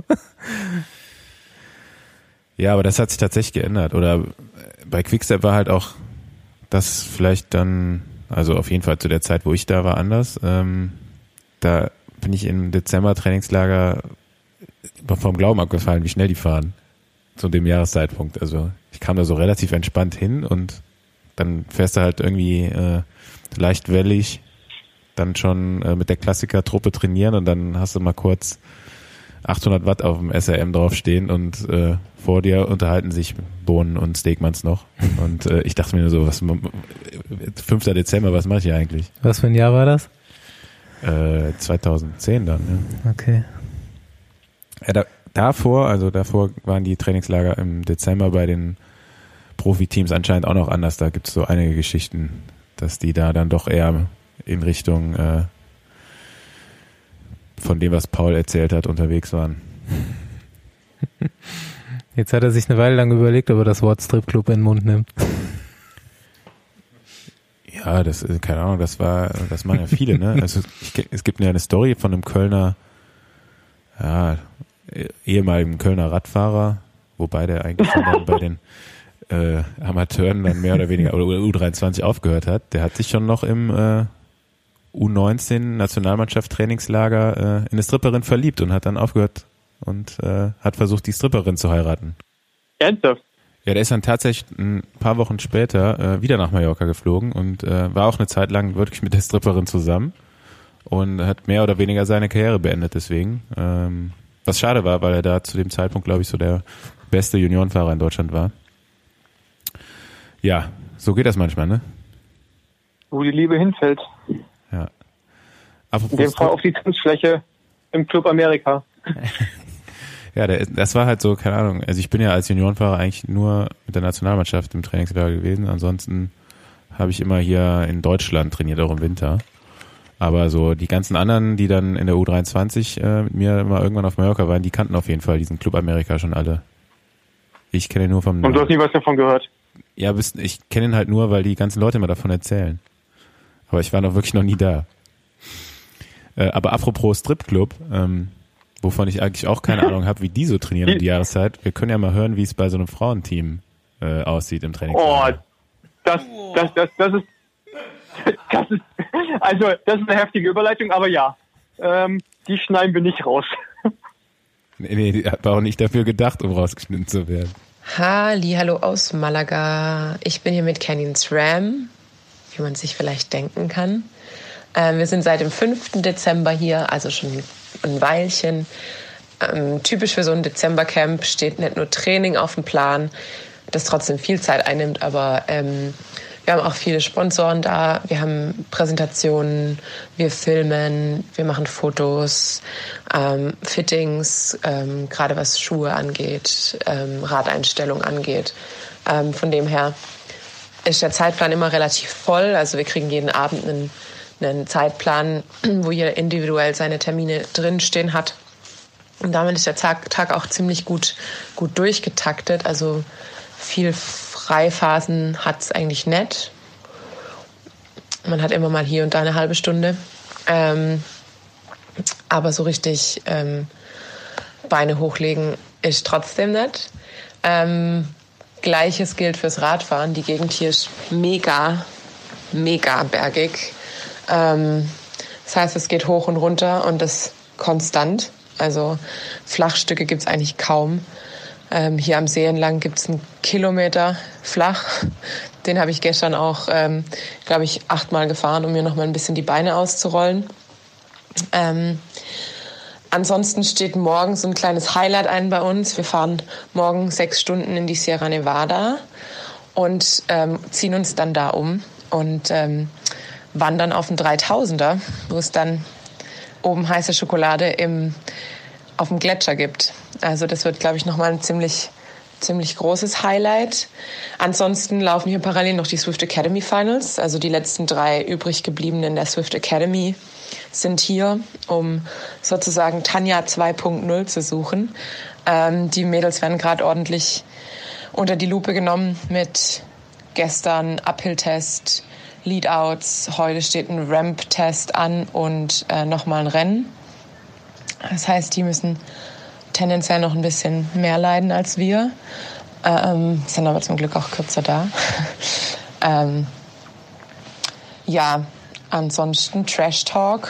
Ja, aber das hat sich tatsächlich geändert. Oder bei Quickstep war halt auch das vielleicht dann, also auf jeden Fall zu der Zeit, wo ich da war, anders. Ähm, da bin ich im Dezember Trainingslager vom Glauben abgefallen, wie schnell die fahren. Zu dem Jahreszeitpunkt. Also ich kam da so relativ entspannt hin und dann fährst du halt irgendwie äh, leicht wellig, dann schon äh, mit der Klassiker-Truppe trainieren und dann hast du mal kurz achthundert Watt auf dem S R M draufstehen und äh, vor dir unterhalten sich Bohnen und Steakmanns noch. Und äh, ich dachte mir nur so, was fünfter Dezember, was mache ich hier eigentlich? Was für ein Jahr war das? Äh, zweitausendzehn dann, ja. Okay. Ja, da, davor, also davor waren die Trainingslager im Dezember bei den Profiteams anscheinend auch noch anders. Da gibt es so einige Geschichten, dass die da dann doch eher in Richtung äh, von dem, was Paul erzählt hat, unterwegs waren. Jetzt hat er sich eine Weile lang überlegt, ob er das Wort Stripclub in den Mund nimmt. Ja, das, keine Ahnung, das war, das machen ja viele, ne? Also ich, es gibt ja eine Story von einem Kölner, ja, ehemaligen Kölner Radfahrer, wobei der eigentlich schon dann bei den äh, Amateuren dann mehr oder weniger, oder U dreiundzwanzig aufgehört hat. Der hat sich schon noch im äh, U neunzehn Nationalmannschaft Trainingslager äh, in eine Stripperin verliebt und hat dann aufgehört und äh, hat versucht, die Stripperin zu heiraten. Ernsthaft? Ja, der ist dann tatsächlich ein paar Wochen später äh, wieder nach Mallorca geflogen und äh, war auch eine Zeit lang wirklich mit der Stripperin zusammen und hat mehr oder weniger seine Karriere beendet deswegen. Ähm, was schade war, weil er da zu dem Zeitpunkt, glaube ich, so der beste Juniorenfahrer in Deutschland war. Ja, so geht das manchmal, ne? Wo die Liebe hinfällt. Ja. In dem Fall auf die Tanzfläche im Club Amerika. Ja, der, das war halt so, keine Ahnung, also ich bin ja als Juniorenfahrer eigentlich nur mit der Nationalmannschaft im Trainingslager gewesen, ansonsten habe ich immer hier in Deutschland trainiert, auch im Winter. Aber so die ganzen anderen, die dann in der U dreiundzwanzig äh, mit mir immer irgendwann auf Mallorca waren, die kannten auf jeden Fall diesen Club Amerika schon alle. Ich kenne ihn nur vom... Und du hast nie was davon gehört? Ja, ich kenne ihn halt nur, weil die ganzen Leute immer davon erzählen. Aber ich war noch wirklich noch nie da. Äh, aber apropos Stripclub, ähm, wovon ich eigentlich auch keine Ahnung habe, wie die so trainieren um die Jahreszeit. Wir können ja mal hören, wie es bei so einem Frauenteam äh, aussieht im Training. Oh, das, das, das, das ist, das ist, also das ist eine heftige Überleitung, aber ja, ähm, die schneiden wir nicht raus. Nee, nee, die war auch nicht dafür gedacht, um rausgeschnitten zu werden. Hallo aus Malaga. Ich bin hier mit Canyon SRAM, wie man sich vielleicht denken kann. Ähm, wir sind seit dem fünften Dezember hier, also schon ein Weilchen. Ähm, typisch für so ein Dezembercamp steht nicht nur Training auf dem Plan, das trotzdem viel Zeit einnimmt, aber ähm, wir haben auch viele Sponsoren da, wir haben Präsentationen, wir filmen, wir machen Fotos, ähm, Fittings, ähm, gerade was Schuhe angeht, ähm, Radeinstellung angeht. Ähm, von dem her ist der Zeitplan immer relativ voll, also wir kriegen jeden Abend einen, einen Zeitplan, wo jeder individuell seine Termine drinstehen hat. Und damit ist der Tag, Tag auch ziemlich gut, gut durchgetaktet, also viel Freiphasen hat es eigentlich nicht. Man hat immer mal hier und da eine halbe Stunde. Ähm, aber so richtig ähm, Beine hochlegen ist trotzdem nicht. Ähm, Gleiches gilt fürs Radfahren. Die Gegend hier ist mega, mega bergig. Ähm, das heißt, es geht hoch und runter und das konstant. Also Flachstücke gibt es eigentlich kaum. Ähm, hier am See entlang gibt es einen Kilometer flach. Den habe ich gestern auch, ähm, glaube ich, achtmal gefahren, um mir noch mal ein bisschen die Beine auszurollen. Ähm, ansonsten steht morgen so ein kleines Highlight ein bei uns. Wir fahren morgen sechs Stunden in die Sierra Nevada und ähm, ziehen uns dann da um und ähm, wandern auf den dreitausender, wo es dann oben heiße Schokolade im, auf dem Gletscher gibt. Also das wird, glaube ich, nochmal ein ziemlich, ziemlich großes Highlight. Ansonsten laufen hier parallel noch die Swift Academy Finals. Also die letzten drei übrig gebliebenen der Swift Academy sind hier, um sozusagen Tanja zwei Punkt null zu suchen. Ähm, die Mädels werden gerade ordentlich unter die Lupe genommen mit gestern Uphill-Test, Leadouts, heute steht ein Ramp-Test an und äh, nochmal ein Rennen. Das heißt, die müssen tendenziell noch ein bisschen mehr leiden als wir, ähm, sind aber zum Glück auch kürzer da. ähm, ja, ansonsten Trash Talk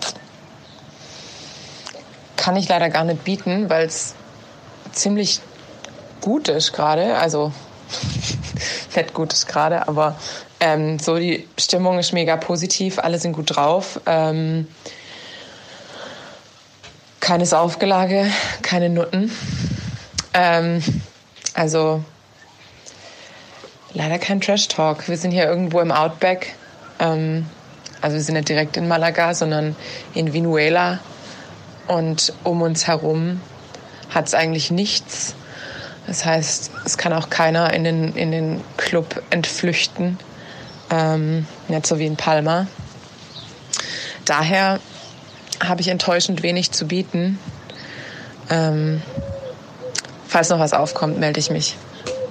kann ich leider gar nicht bieten, weil es ziemlich gut ist gerade, also nicht gut ist gerade, aber ähm, so die Stimmung ist mega positiv, alle sind gut drauf. Ähm, keine Saufgelage, keine Nutten. Ähm, also leider kein Trash-Talk. Wir sind hier irgendwo im Outback. Ähm, also wir sind nicht direkt in Malaga, sondern in Vinuela. Und um uns herum hat es eigentlich nichts. Das heißt, es kann auch keiner in den, in den Club entflüchten. Ähm, nicht so wie in Palma. Daher habe ich enttäuschend wenig zu bieten. Ähm, falls noch was aufkommt, melde ich mich.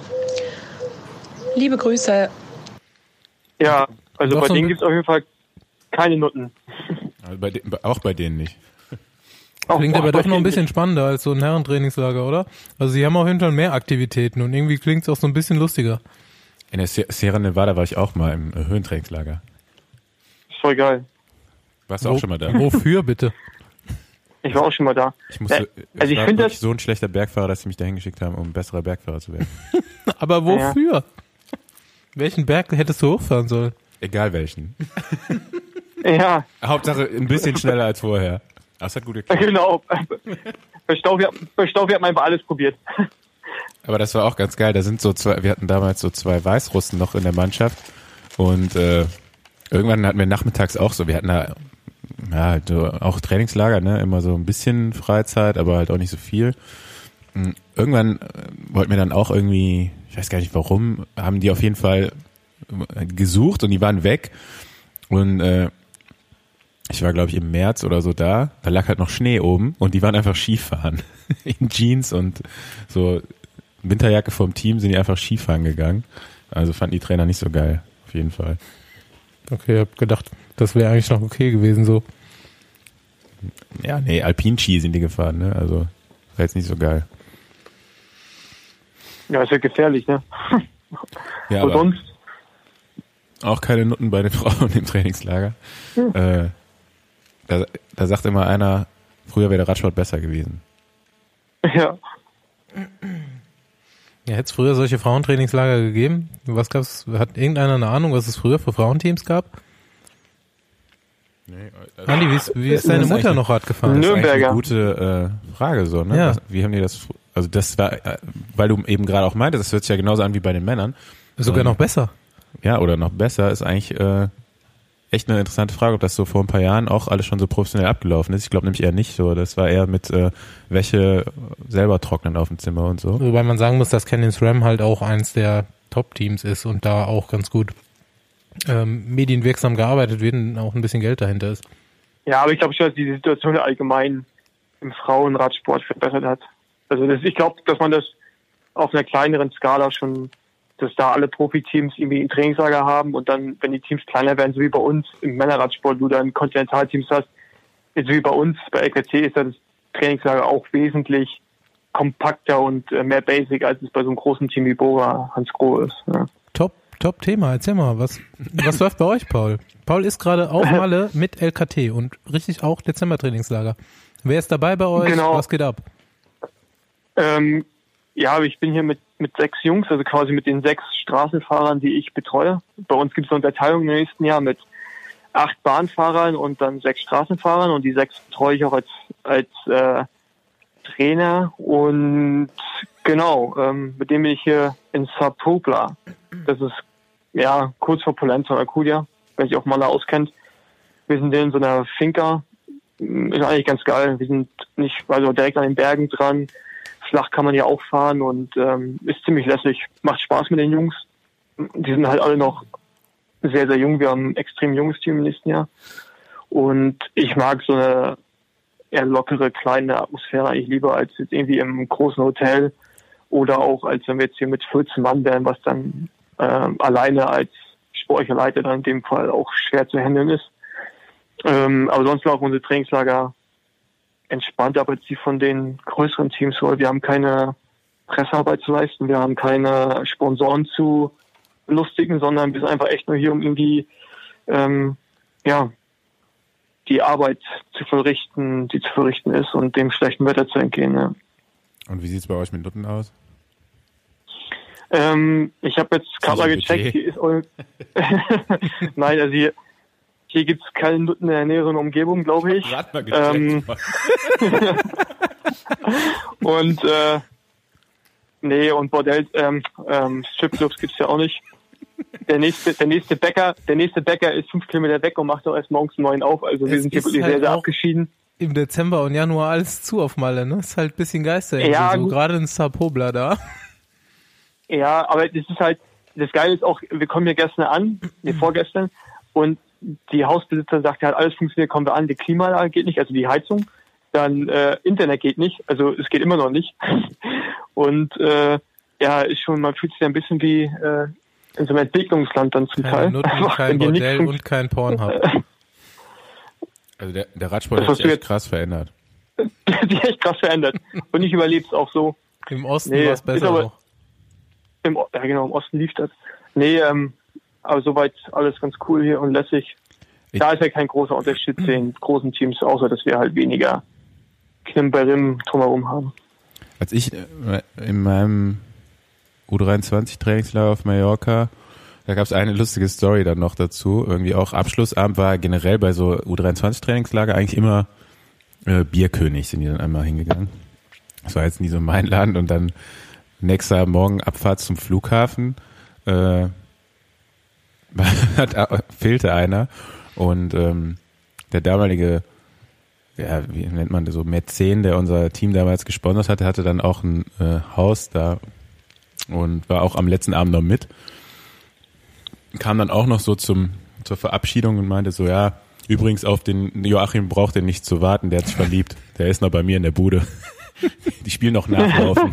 Liebe Grüße. Ja, also Doch bei so denen ein- gibt es auf jeden Fall keine Nutten. Also bei de, auch bei denen nicht. Klingt Auch aber bei doch noch ein denen bisschen nicht. spannender als so ein Herrentrainingslager, oder? Also sie haben auf jeden Fall mehr Aktivitäten und irgendwie klingt es auch so ein bisschen lustiger. In der Sier- Sierra Nevada war ich auch mal im äh, Höhentrainingslager. Ist voll geil. Warst du Wo- auch schon mal da? Wofür bitte? Ich war auch schon mal da. Ich musste, Äh, also ich ich war finde wirklich das- so ein schlechter Bergfahrer, dass sie mich dahin geschickt haben, um ein besserer Bergfahrer zu werden. Aber wofür? Welchen Berg hättest du hochfahren sollen? Egal welchen. Ja, Hauptsache ein bisschen schneller als vorher. Aber es hat gut geklappt. genau. Bei Staufi, bei Staufi hat man einfach alles probiert. Aber das war auch ganz geil. Da sind so zwei, wir hatten damals so zwei Weißrussen noch in der Mannschaft und äh, irgendwann hatten wir nachmittags auch so, wir hatten da ja, halt so auch Trainingslager, ne, immer so ein bisschen Freizeit, aber halt auch nicht so viel. Und irgendwann äh, wollten wir dann auch irgendwie, ich weiß gar nicht warum, haben die auf jeden Fall gesucht und die waren weg und äh, ich war, glaube ich, im März oder so da. Da lag halt noch Schnee oben und die waren einfach Skifahren. In Jeans und so Winterjacke vom Team sind die einfach Skifahren gegangen. Also fanden die Trainer nicht so geil, auf jeden Fall. Okay, ich hab gedacht, das wäre eigentlich noch okay gewesen so. Ja, nee, Alpin-Ski sind die gefahren, ne? Also war jetzt nicht so geil. Ja, ist ja gefährlich, ne? Ja, Und aber sonst? auch keine Nutten bei den Frauen im Trainingslager. Hm. Äh, da, da sagt immer einer, früher wäre der Radsport besser gewesen. Ja. Ja, hätte es früher solche Frauentrainingslager gegeben? Was gab's? Hat irgendeiner eine Ahnung, was es früher für Frauenteams gab? Nee, Andi, wie ist, wie ist Das deine ist Mutter eigentlich- noch Rad gefahren? Das ist eigentlich Nürnberger. eine gute äh, Frage so, ne? Ja. Was, wie haben die das? fr- Also das war, äh, weil du eben gerade auch meintest, das hört sich ja genauso an wie bei den Männern. Sogar Ähm, noch besser. Ja, oder noch besser, ist eigentlich äh, echt eine interessante Frage, ob das so vor ein paar Jahren auch alles schon so professionell abgelaufen ist. Ich glaube nämlich eher nicht so. Das war eher mit äh, Wäsche selber trocknen auf dem Zimmer und so. Wobei man sagen muss, dass Canyon SRAM halt auch eins der Top-Teams ist und da auch ganz gut ähm, medienwirksam gearbeitet wird und auch ein bisschen Geld dahinter ist. Ja, aber ich glaube schon, dass die Situation allgemein im Frauenradsport verbessert hat. Also das, ich glaube, dass man das auf einer kleineren Skala schon, dass da alle Profiteams irgendwie ein Trainingslager haben und dann, wenn die Teams kleiner werden, so wie bei uns im Männerradsport, du dann Kontinentalteams hast, so wie bei uns, bei L K C ist ja das Trainingslager auch wesentlich kompakter und äh, mehr basic, als es bei so einem großen Team wie Bora Hansgrohe ist. Ja. Top, top Thema. Erzähl mal, was, was läuft bei euch, Paul? Paul ist gerade auf Malle mit L K T und richtig auch Dezember-Trainingslager. Wer ist dabei bei euch? Genau. Was geht ab? Ähm, ja, ich bin hier mit, mit sechs Jungs, also quasi mit den sechs Straßenfahrern, die ich betreue. Bei uns gibt es eine Unterteilung im nächsten Jahr mit acht Bahnfahrern und dann sechs Straßenfahrern und die sechs betreue ich auch als, als äh, Trainer und genau, ähm, mit dem bin ich hier in Sapopla. Das ist ja kurz vor Pollenza und Alcudia, wenn sich auch Malle auskennt. Wir sind hier in so einer Finca, ist eigentlich ganz geil. Wir sind nicht, also direkt an den Bergen dran. Flach kann man ja auch fahren und ähm, ist ziemlich lässig. Macht Spaß mit den Jungs. Die sind halt alle noch sehr, sehr jung. Wir haben ein extrem junges Team im nächsten Jahr. Und ich mag so eine eher lockere, kleine Atmosphäre eigentlich lieber als jetzt irgendwie im großen Hotel oder auch als wenn wir jetzt hier mit vierzehn Mann wären, was dann ähm, alleine als sportlicher Leiter dann in dem Fall auch schwer zu handeln ist. Ähm, aber sonst laufen unsere Trainingslager entspannter als die von den größeren Teams, weil wir haben keine Pressearbeit zu leisten, wir haben keine Sponsoren zu belustigen, sondern wir sind einfach echt nur hier, um irgendwie ähm, ja die Arbeit zu verrichten, die zu verrichten ist und dem schlechten Wetter zu entgehen. Ja. Und wie sieht's bei euch mit Nutten aus? Ähm, ich habe jetzt gerade mal gecheckt, hier ist eu- Nein, also hier, hier gibt es keine Nutten in der näheren Umgebung, glaube ich. Gerade mal gecheckt. Ähm, und äh, nee, und Bordell, ähm, ähm, Stripclubs gibt's ja auch nicht. Der nächste, der nächste Bäcker, der nächste Bäcker ist fünf Kilometer weg und macht doch erst morgens um neun auf. Also wir Es sind hier ist wirklich halt sehr, sehr auch abgeschieden. Im Dezember und Januar alles zu auf Malle, ne? Ist halt ein bisschen Geisterinsel, Ja, so gut. gerade in Sapopla da. Ja, aber das ist halt, das Geile ist auch, wir kommen hier gestern an, nee, vorgestern, und die Hausbesitzer sagt, ja, alles funktioniert, kommen wir an, die Klimaanlage geht nicht, also die Heizung, dann äh, Internet geht nicht, also es geht immer noch nicht. Und äh, ja, ist schon, man fühlt sich ein bisschen wie äh, in so einem Entwicklungsland dann zum Keine Teil. Nutten, Einfach, kein wenn hier Bordell nichts und kein Pornhub. Also der, der Radsport Das hat hast sich du echt jetzt- krass verändert. funkt- sich echt krass verändert. Und ich überlebe es auch so. Im Osten Nee, war es ist besser aber- noch. Im, O- ja genau, im Osten lief das. Nee, ähm, aber soweit alles ganz cool hier und lässig. Ich- Da ist ja kein großer Unterschied zu den großen Teams, außer dass wir halt weniger Klimperim drumherum haben. Als ich äh, in meinem U dreiundzwanzig Trainingslager auf Mallorca, da gab es eine lustige Story dann noch dazu. Irgendwie auch Abschlussabend war generell bei so U dreiundzwanzig Trainingslager eigentlich immer äh, Bierkönig, sind die dann einmal hingegangen. Das war jetzt nie so mein Laden und dann nächster Morgen Abfahrt zum Flughafen, äh, hat, fehlte einer und ähm, der damalige, ja, wie nennt man das so, Mäzen, der unser Team damals gesponsert hatte, hatte dann auch ein äh, Haus da und war auch am letzten Abend noch mit. Kam dann auch noch so zum zur Verabschiedung und meinte so, ja, übrigens auf den Joachim braucht ihr nicht zu warten, der hat sich verliebt. Der ist noch bei mir in der Bude. Die spielen noch nachlaufen.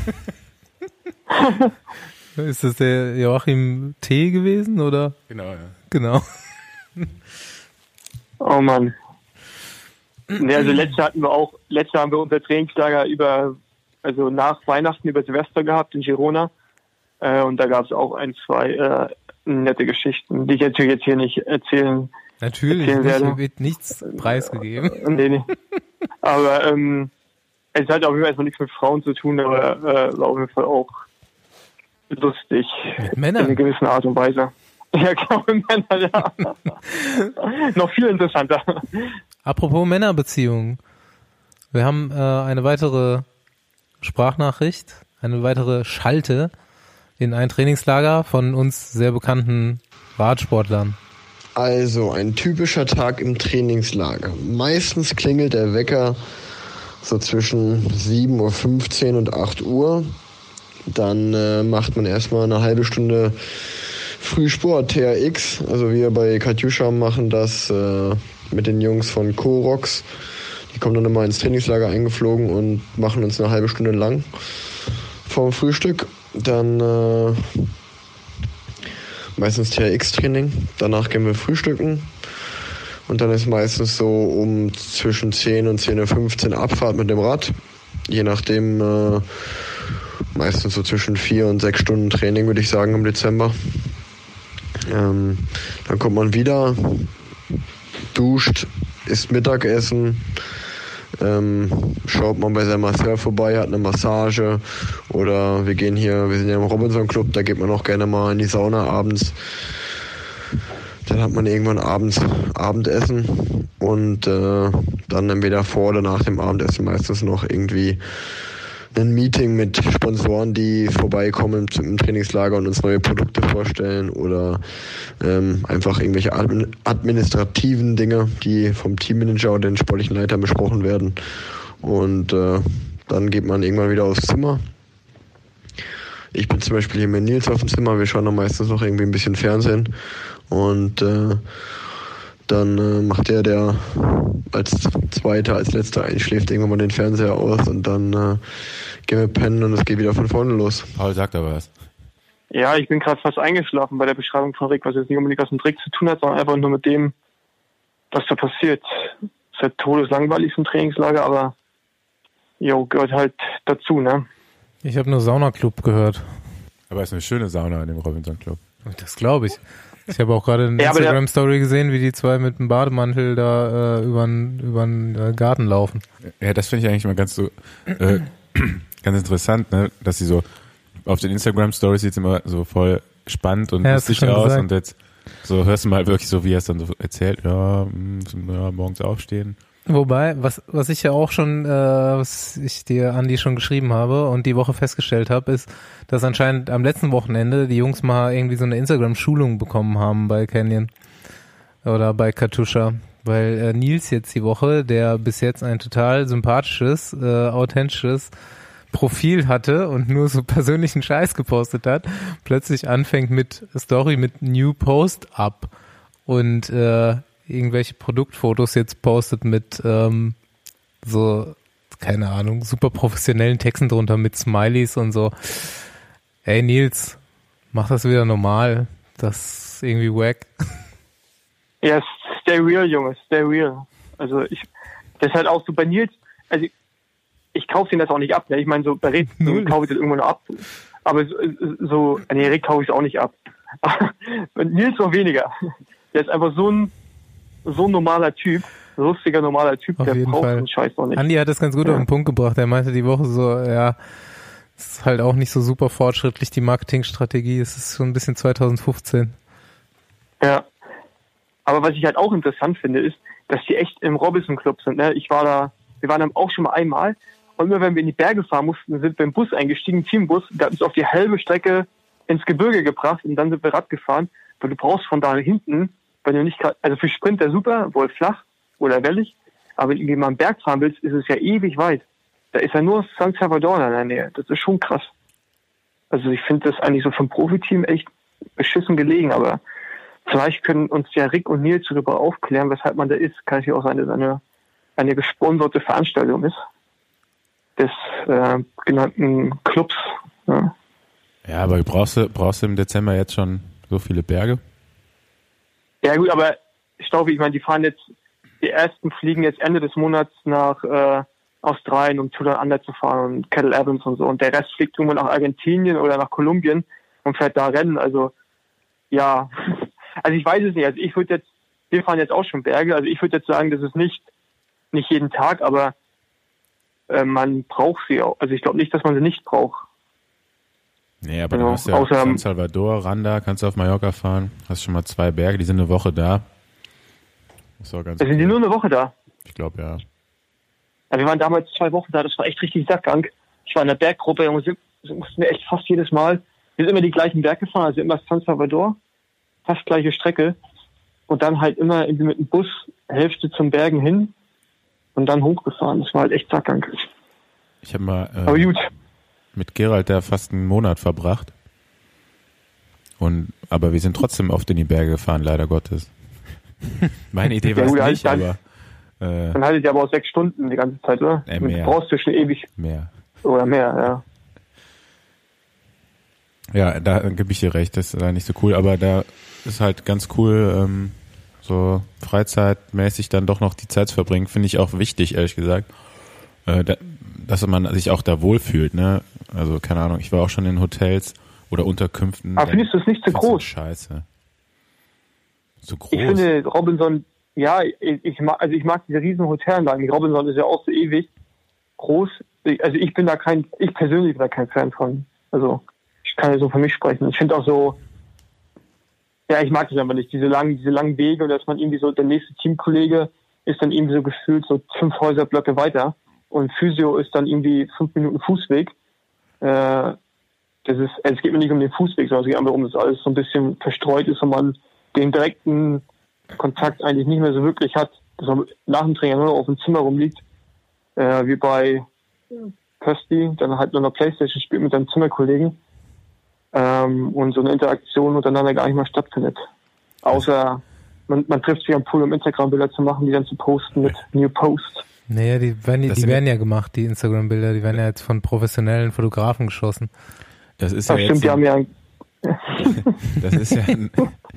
Ist das der Joachim T. gewesen, oder? Genau, ja. Genau. Oh Mann. Nee, also letzte hatten wir auch, letzte haben wir unser Trainingslager über, also nach Weihnachten über Silvester gehabt in Girona. Äh, und da gab es auch ein, zwei äh, nette Geschichten, die ich natürlich jetzt hier nicht erzählen. Natürlich, Erzählen nicht, werde. hier wird nichts preisgegeben. Nee, nee. Aber ähm, es hat auf jeden Fall erstmal nichts mit Frauen zu tun, aber äh, war auf jeden Fall auch lustig. Mit In einer Männern. gewissen Art und Weise. Ja, genau, Männer, ja. Noch viel interessanter. Apropos Männerbeziehungen. Wir haben äh, eine weitere Sprachnachricht, eine weitere Schalte in ein Trainingslager von uns sehr bekannten Radsportlern. Also, ein typischer Tag im Trainingslager. Meistens klingelt der Wecker so zwischen sieben Uhr fünfzehn und acht Uhr. Dann äh, macht man erstmal eine halbe Stunde Frühsport, T R X. Also wir bei Katjuscha machen das äh, mit den Jungs von Korox. Die kommen dann immer ins Trainingslager eingeflogen und machen uns eine halbe Stunde lang vorm Frühstück. Dann äh, meistens T R X-Training. Danach gehen wir frühstücken. Und dann ist meistens so um zwischen zehn und zehn Uhr fünfzehn Abfahrt mit dem Rad. je nachdem äh, meistens so zwischen vier und sechs Stunden Training, würde ich sagen, im Dezember. Ähm, dann kommt man wieder, duscht, isst Mittagessen, ähm, schaut man bei seinem Masseur vorbei, hat eine Massage oder wir gehen hier, wir sind ja im Robinson Club, da geht man auch gerne mal in die Sauna abends. Dann hat man irgendwann abends Abendessen und äh, dann entweder vor oder nach dem Abendessen meistens noch irgendwie ein Meeting mit Sponsoren, die vorbeikommen im Trainingslager und uns neue Produkte vorstellen oder ähm, einfach irgendwelche administrativen Dinge, die vom Teammanager oder den sportlichen Leitern besprochen werden. Und äh, dann geht man irgendwann wieder aufs Zimmer. Ich bin zum Beispiel hier mit Nils auf dem Zimmer, wir schauen dann meistens noch irgendwie ein bisschen Fernsehen und äh, dann äh, macht der, der als Zweiter, als Letzter einschläft, irgendwann mal den Fernseher aus und dann äh, gehen wir pennen und es geht wieder von vorne los. Paul sagt aber was. Ja, ich bin gerade fast eingeschlafen bei der Beschreibung von Rick, was jetzt nicht unbedingt was mit Rick zu tun hat, sondern einfach nur mit dem, was da passiert. Es ist halt todeslangweilig im Trainingslager, aber jo, gehört halt dazu, ne? Ich habe nur Saunaclub gehört. Aber es ist eine schöne Sauna in dem Robinson Club. Das glaube ich. Ich habe auch gerade eine ja, Instagram-Story gesehen, wie die zwei mit dem Bademantel da äh, über den äh, Garten laufen. Ja, das finde ich eigentlich mal ganz so äh, ganz interessant, ne, dass sie so auf den Instagram-Stories sieht es immer so voll spannend und ja, lustig aus gesagt. Und jetzt so hörst du mal wirklich so, wie er es dann so erzählt, ja, mh, ja morgens aufstehen. Wobei, was was ich ja auch schon, äh, was ich dir, Andi, schon geschrieben habe und die Woche festgestellt habe, ist, dass anscheinend am letzten Wochenende die Jungs mal irgendwie so eine Instagram-Schulung bekommen haben bei Canyon oder bei Katusha, weil äh, Nils jetzt die Woche, der bis jetzt ein total sympathisches, äh, authentisches Profil hatte und nur so persönlichen Scheiß gepostet hat, plötzlich anfängt mit Story mit New Post Up und äh, irgendwelche Produktfotos jetzt postet mit ähm, so, keine Ahnung, super professionellen Texten drunter mit Smileys und so. Ey Nils, mach das wieder normal. Das ist irgendwie wack. Ja, stay real, Junge, stay real. Also ich, das ist halt auch so bei Nils, also ich, ich kaufe den das auch nicht ab, ne? Ich meine, so bei Rick so kaufe ich das irgendwann noch ab. Aber so, so nee, Rick kaufe ich es auch nicht ab. Bei Nils noch weniger. Der ist einfach so ein so ein normaler Typ, lustiger, normaler Typ, auf der jeden braucht Fall. den Scheiß auch nicht. Andi hat das ganz gut ja. auf den Punkt gebracht. Er meinte die Woche so, ja, es ist halt auch nicht so super fortschrittlich, die Marketingstrategie. Es ist schon ein bisschen zwanzig fünfzehn. Ja. Aber was ich halt auch interessant finde, ist, dass die echt im Robinson Club sind. Ne? Ich war da, wir waren da auch schon mal einmal und immer wenn wir in die Berge fahren mussten, sind wir im Bus eingestiegen, Teambus, der hat uns auf die halbe Strecke ins Gebirge gebracht und dann sind wir Rad gefahren, weil du brauchst von da hinten, wenn du nicht gerade, also für Sprinter super, wohl flach oder wellig, aber wenn du mal einen Berg fahren willst, ist es ja ewig weit. Da ist ja nur San Salvador in der Nähe. Das ist schon krass. Also ich finde das eigentlich so vom Profiteam echt beschissen gelegen, aber vielleicht können uns ja Rick und Nils darüber aufklären, weshalb man da ist. Kann es ja auch sein, dass eine, eine gesponserte Veranstaltung ist des äh, genannten Clubs. Ja. ja, aber brauchst du, brauchst du im Dezember jetzt schon so viele Berge? Ja gut, aber ich glaube, ich meine, die fahren jetzt, die ersten fliegen jetzt Ende des Monats nach äh, Australien, um Tour Down Under zu fahren und Kettle Evans und so. Und der Rest fliegt irgendwo nach Argentinien oder nach Kolumbien und fährt da Rennen. Also ja, also ich weiß es nicht. Also ich würde jetzt, wir fahren jetzt auch schon Berge. Also ich würde jetzt sagen, das ist nicht nicht jeden Tag, aber äh, man braucht sie auch. Also ich glaube nicht, dass man sie nicht braucht. Nee, aber genau. du hast ja Außer, San Salvador, Randa, kannst du auf Mallorca fahren. Hast schon mal zwei Berge, die sind eine Woche da. Ist auch ganz also sind die nur eine Woche da? Ich glaube, ja. Ja. Wir waren damals zwei Wochen da, das war echt richtig Sackgang. Ich war in der Berggruppe und wir mussten wir echt fast jedes Mal, wir sind immer die gleichen Berge gefahren, also immer San Salvador, fast gleiche Strecke. Und dann halt immer irgendwie mit dem Bus Hälfte zum Bergen hin und dann hochgefahren. Das war halt echt Sackgang. Ich habe mal... Äh, Aber gut. mit Gerald da fast einen Monat verbracht. Und aber wir sind trotzdem oft in die Berge gefahren, leider Gottes. Meine Idee war es ja, nicht, dann, aber... Äh, dann haltet ihr aber auch sechs Stunden die ganze Zeit, oder? Äh, mehr. Du brauchst du schon ewig. Mehr. Oder mehr, ja. Ja, da gebe ich dir recht, das ist da nicht so cool, aber da ist halt ganz cool, ähm, so freizeitmäßig dann doch noch die Zeit zu verbringen, finde ich auch wichtig, ehrlich gesagt. Äh, da, dass man sich auch da wohlfühlt, ne? Also, keine Ahnung, ich war auch schon in Hotels oder Unterkünften. Aber findest du es nicht zu groß? Scheiße. So groß. Ich finde Robinson, ja, ich, ich mag, also ich mag diese riesen Hotelanlagen. Robinson ist ja auch so ewig groß. Also ich bin da kein, ich persönlich bin da kein Fan von. Also ich kann ja so für mich sprechen. Ich finde auch so, ja, ich mag das einfach nicht, diese langen, diese langen Wege und dass man irgendwie so, der nächste Teamkollege ist dann irgendwie so gefühlt so fünf Häuserblöcke weiter und Physio ist dann irgendwie fünf Minuten Fußweg. Äh, das ist, also es geht mir nicht um den Fußweg, sondern es geht einfach um, dass alles so ein bisschen verstreut ist und man den direkten Kontakt eigentlich nicht mehr so wirklich hat, dass man nach dem Training nur noch auf dem Zimmer rumliegt, äh, wie bei Kösti, dann halt nur noch Playstation spielt mit seinem Zimmerkollegen ähm, und so eine Interaktion untereinander gar nicht mehr stattfindet. Außer man, man trifft sich am Pool, um Instagram-Bilder zu machen, die dann zu posten mit New Post. Naja, die werden, die, die werden ja gemacht, die Instagram-Bilder, die werden ja jetzt von professionellen Fotografen geschossen. Das ist ja ja stimmt, jetzt die haben ja das ist ja ein,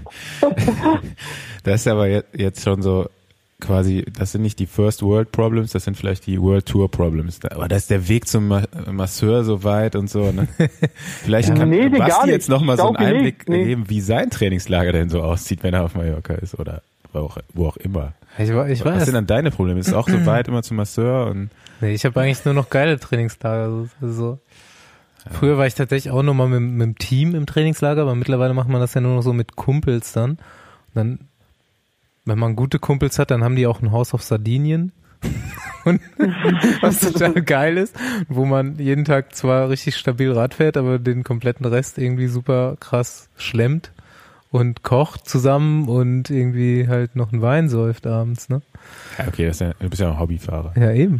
das ist aber jetzt schon so quasi, das sind nicht die First World Problems, das sind vielleicht die World Tour Problems. Aber da ist der Weg zum Masseur so weit und so. Ne? Vielleicht ja, kann nee, Basti jetzt nochmal so einen Einblick nee. geben, wie sein Trainingslager denn so aussieht, wenn er auf Mallorca ist oder wo auch, wo auch immer. Ich, ich weiß. Was sind dann deine Probleme? Ist es auch so weit immer zum Masseur? Und nee, ich habe eigentlich nur noch geile Trainingslager. So. Früher war ich tatsächlich auch nochmal mit, mit dem Team im Trainingslager, aber mittlerweile macht man das ja nur noch so mit Kumpels dann. Und dann, wenn man gute Kumpels hat, dann haben die auch ein Haus auf Sardinien. Und was total geil ist, wo man jeden Tag zwar richtig stabil Rad fährt, aber den kompletten Rest irgendwie super krass schlemmt und kocht zusammen und irgendwie halt noch einen Wein säuft abends, ne? Ja, okay, das ist ja, du bist ja ein Hobbyfahrer. Ja, eben.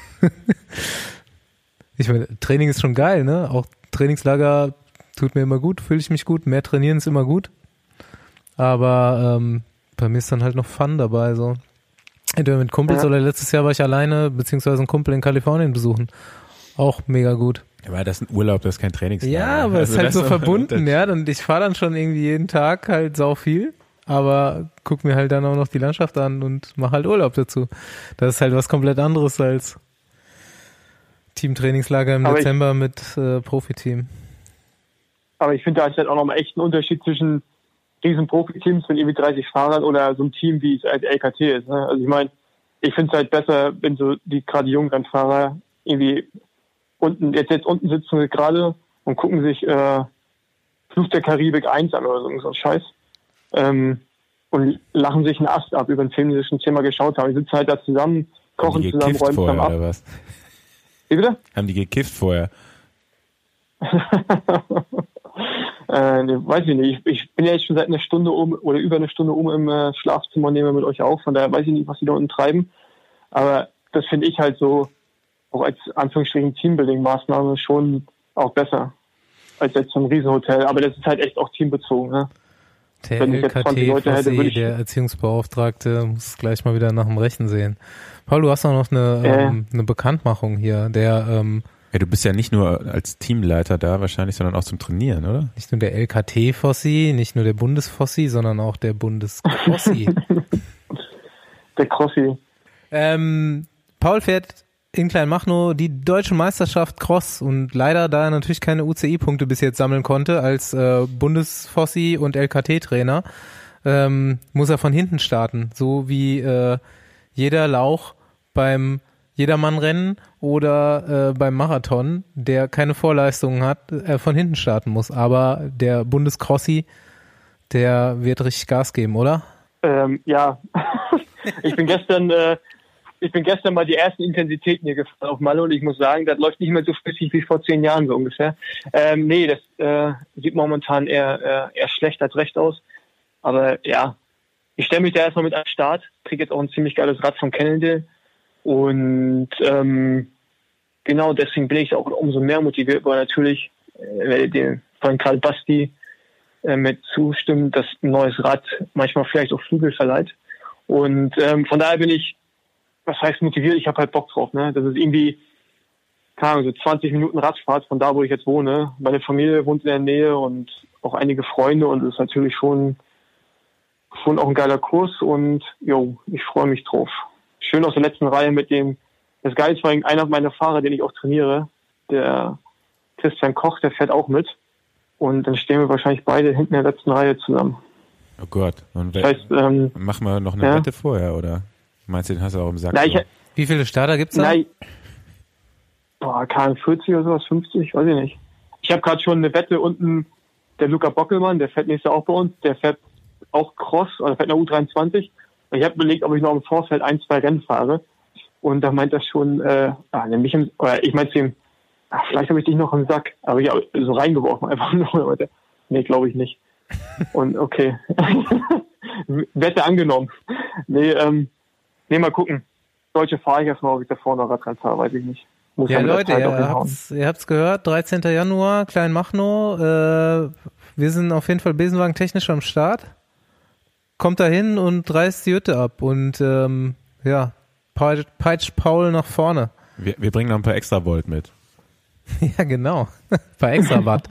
Ich meine, Training ist schon geil, ne? Auch Trainingslager tut mir immer gut, fühle ich mich gut. Mehr trainieren ist immer gut. Aber ähm, bei mir ist dann halt noch Fun dabei, so. Entweder mit Kumpels ja. oder letztes Jahr war ich alleine, beziehungsweise einen Kumpel in Kalifornien besuchen. Auch mega gut. Ja, weil das ist ein Urlaub, das ist kein Trainingslager. Ja, aber es also ist halt so verbunden, ja. Und ich fahre dann schon irgendwie jeden Tag halt sau viel, aber guck mir halt dann auch noch die Landschaft an und mach halt Urlaub dazu. Das ist halt was komplett anderes als Teamtrainingslager im aber Dezember ich, mit äh, Profiteam. Aber ich finde, da ist halt auch noch mal echt ein Unterschied zwischen riesen Profiteams mit irgendwie dreißig Fahrern oder so einem Team, wie es halt L K T ist. Ne? Also ich meine, ich finde es halt besser, wenn so die gerade jungen Rennfahrer irgendwie unten, jetzt, jetzt unten sitzen wir gerade und gucken sich äh, Fluch der Karibik eins an oder so, so ein Scheiß. Ähm, und lachen sich einen Ast ab über den Film, den sie schon zehnmal geschaut haben. Die sitzen halt da zusammen, kochen zusammen, räumen zusammen ab. Oder was? Wie bitte? Haben die gekifft vorher? äh, nee, weiß ich nicht. Ich, ich bin ja jetzt schon seit einer Stunde um oder über eine Stunde um im äh, Schlafzimmer und nehme mit euch auf. Von daher weiß ich nicht, was die da unten treiben. Aber das finde ich halt so, auch als Anführungsstrichen Teambuilding-Maßnahme schon auch besser als jetzt so ein Riesenhotel. Aber das ist halt echt auch teambezogen. Ne? Der Wenn ich jetzt zwanzig Leute hätte, würde ich der Erziehungsbeauftragte muss gleich mal wieder nach dem Rechen sehen. Paul, du hast auch noch eine, äh. ähm, eine Bekanntmachung hier. Der, ähm, ja, du bist ja nicht nur als Teamleiter da wahrscheinlich, sondern auch zum Trainieren, oder? Nicht nur der L K T-Fossi, nicht nur der Bundesfossi, sondern auch der Bundescrossi. Der Crossi. Ähm, Paul fährt in Kleinmachnow die deutsche Meisterschaft Cross und leider, da er natürlich keine U C I-Punkte bis jetzt sammeln konnte als äh, Bundesfossi und L K T-Trainer, ähm, muss er von hinten starten, so wie äh, jeder Lauch beim Jedermannrennen oder äh, beim Marathon, der keine Vorleistungen hat, äh, von hinten starten muss. Aber der Bundescrossi, der wird richtig Gas geben, oder? Ähm, ja, ich bin gestern äh, ich bin gestern mal die ersten Intensitäten hier gefahren auf Malle und ich muss sagen, das läuft nicht mehr so flüssig wie vor zehn Jahren so ungefähr. Ähm, nee, das äh, sieht momentan eher, äh, eher schlecht als recht aus. Aber ja, ich stelle mich da erstmal mit an den Start, kriege jetzt auch ein ziemlich geiles Rad von Cannondale und ähm, genau deswegen bin ich auch umso mehr motiviert, weil natürlich äh, dem von Karl Basti äh, mit zustimmen, dass ein neues Rad manchmal vielleicht auch Flügel verleiht. Und ähm, von daher bin ich, was heißt motiviert, ich habe halt Bock drauf. Ne? Das ist irgendwie, keine Ahnung, so zwanzig Minuten Radfahrt von da, wo ich jetzt wohne. Meine Familie wohnt in der Nähe und auch einige Freunde und es ist natürlich schon schon auch ein geiler Kurs und jo, ich freue mich drauf. Schön aus der letzten Reihe mit dem das Geile ist vor allem einer meiner Fahrer, den ich auch trainiere, der Christian Koch, der fährt auch mit. Und dann stehen wir wahrscheinlich beide hinten in der letzten Reihe zusammen. Oh Gott. Und das heißt, ähm, machen wir noch eine ja. Wette vorher, oder? Meinst du, den hast du auch im Sack? Na, ich, so? Wie viele Starter gibt's da? Nein. Boah, keine vierzig oder sowas, fünfzig, weiß ich nicht. Ich habe gerade schon eine Wette unten, der Luca Bockelmann, der fährt nächstes Jahr auch bei uns, der fährt auch Cross, oder fährt eine U dreiundzwanzig. Und ich habe überlegt, ob ich noch im Vorfeld ein, zwei Rennen fahre. Und da meint er schon, äh, ah, nämlich im, oder ich meinte zu ihm, ach, vielleicht habe ich dich noch im Sack. Aber ich habe so reingeworfen, einfach nur. Nee, glaube ich nicht. Und okay. Wette angenommen. Nee, ähm, nee, mal gucken. Deutsche fahre ich erstmal, ob ich da vorne noch Radrennen fahre, weiß ich nicht. Muss ja, ja Leute, ihr habt's, ihr habt's gehört, dreizehnten Januar, Kleinmachnow, äh, wir sind auf jeden Fall Besenwagen technisch am Start. Kommt da hin und reißt die Hütte ab und ähm, ja, peitscht Paul nach vorne. Wir, wir bringen noch ein paar extra Volt mit. Ja, genau. Ein paar extra Watt.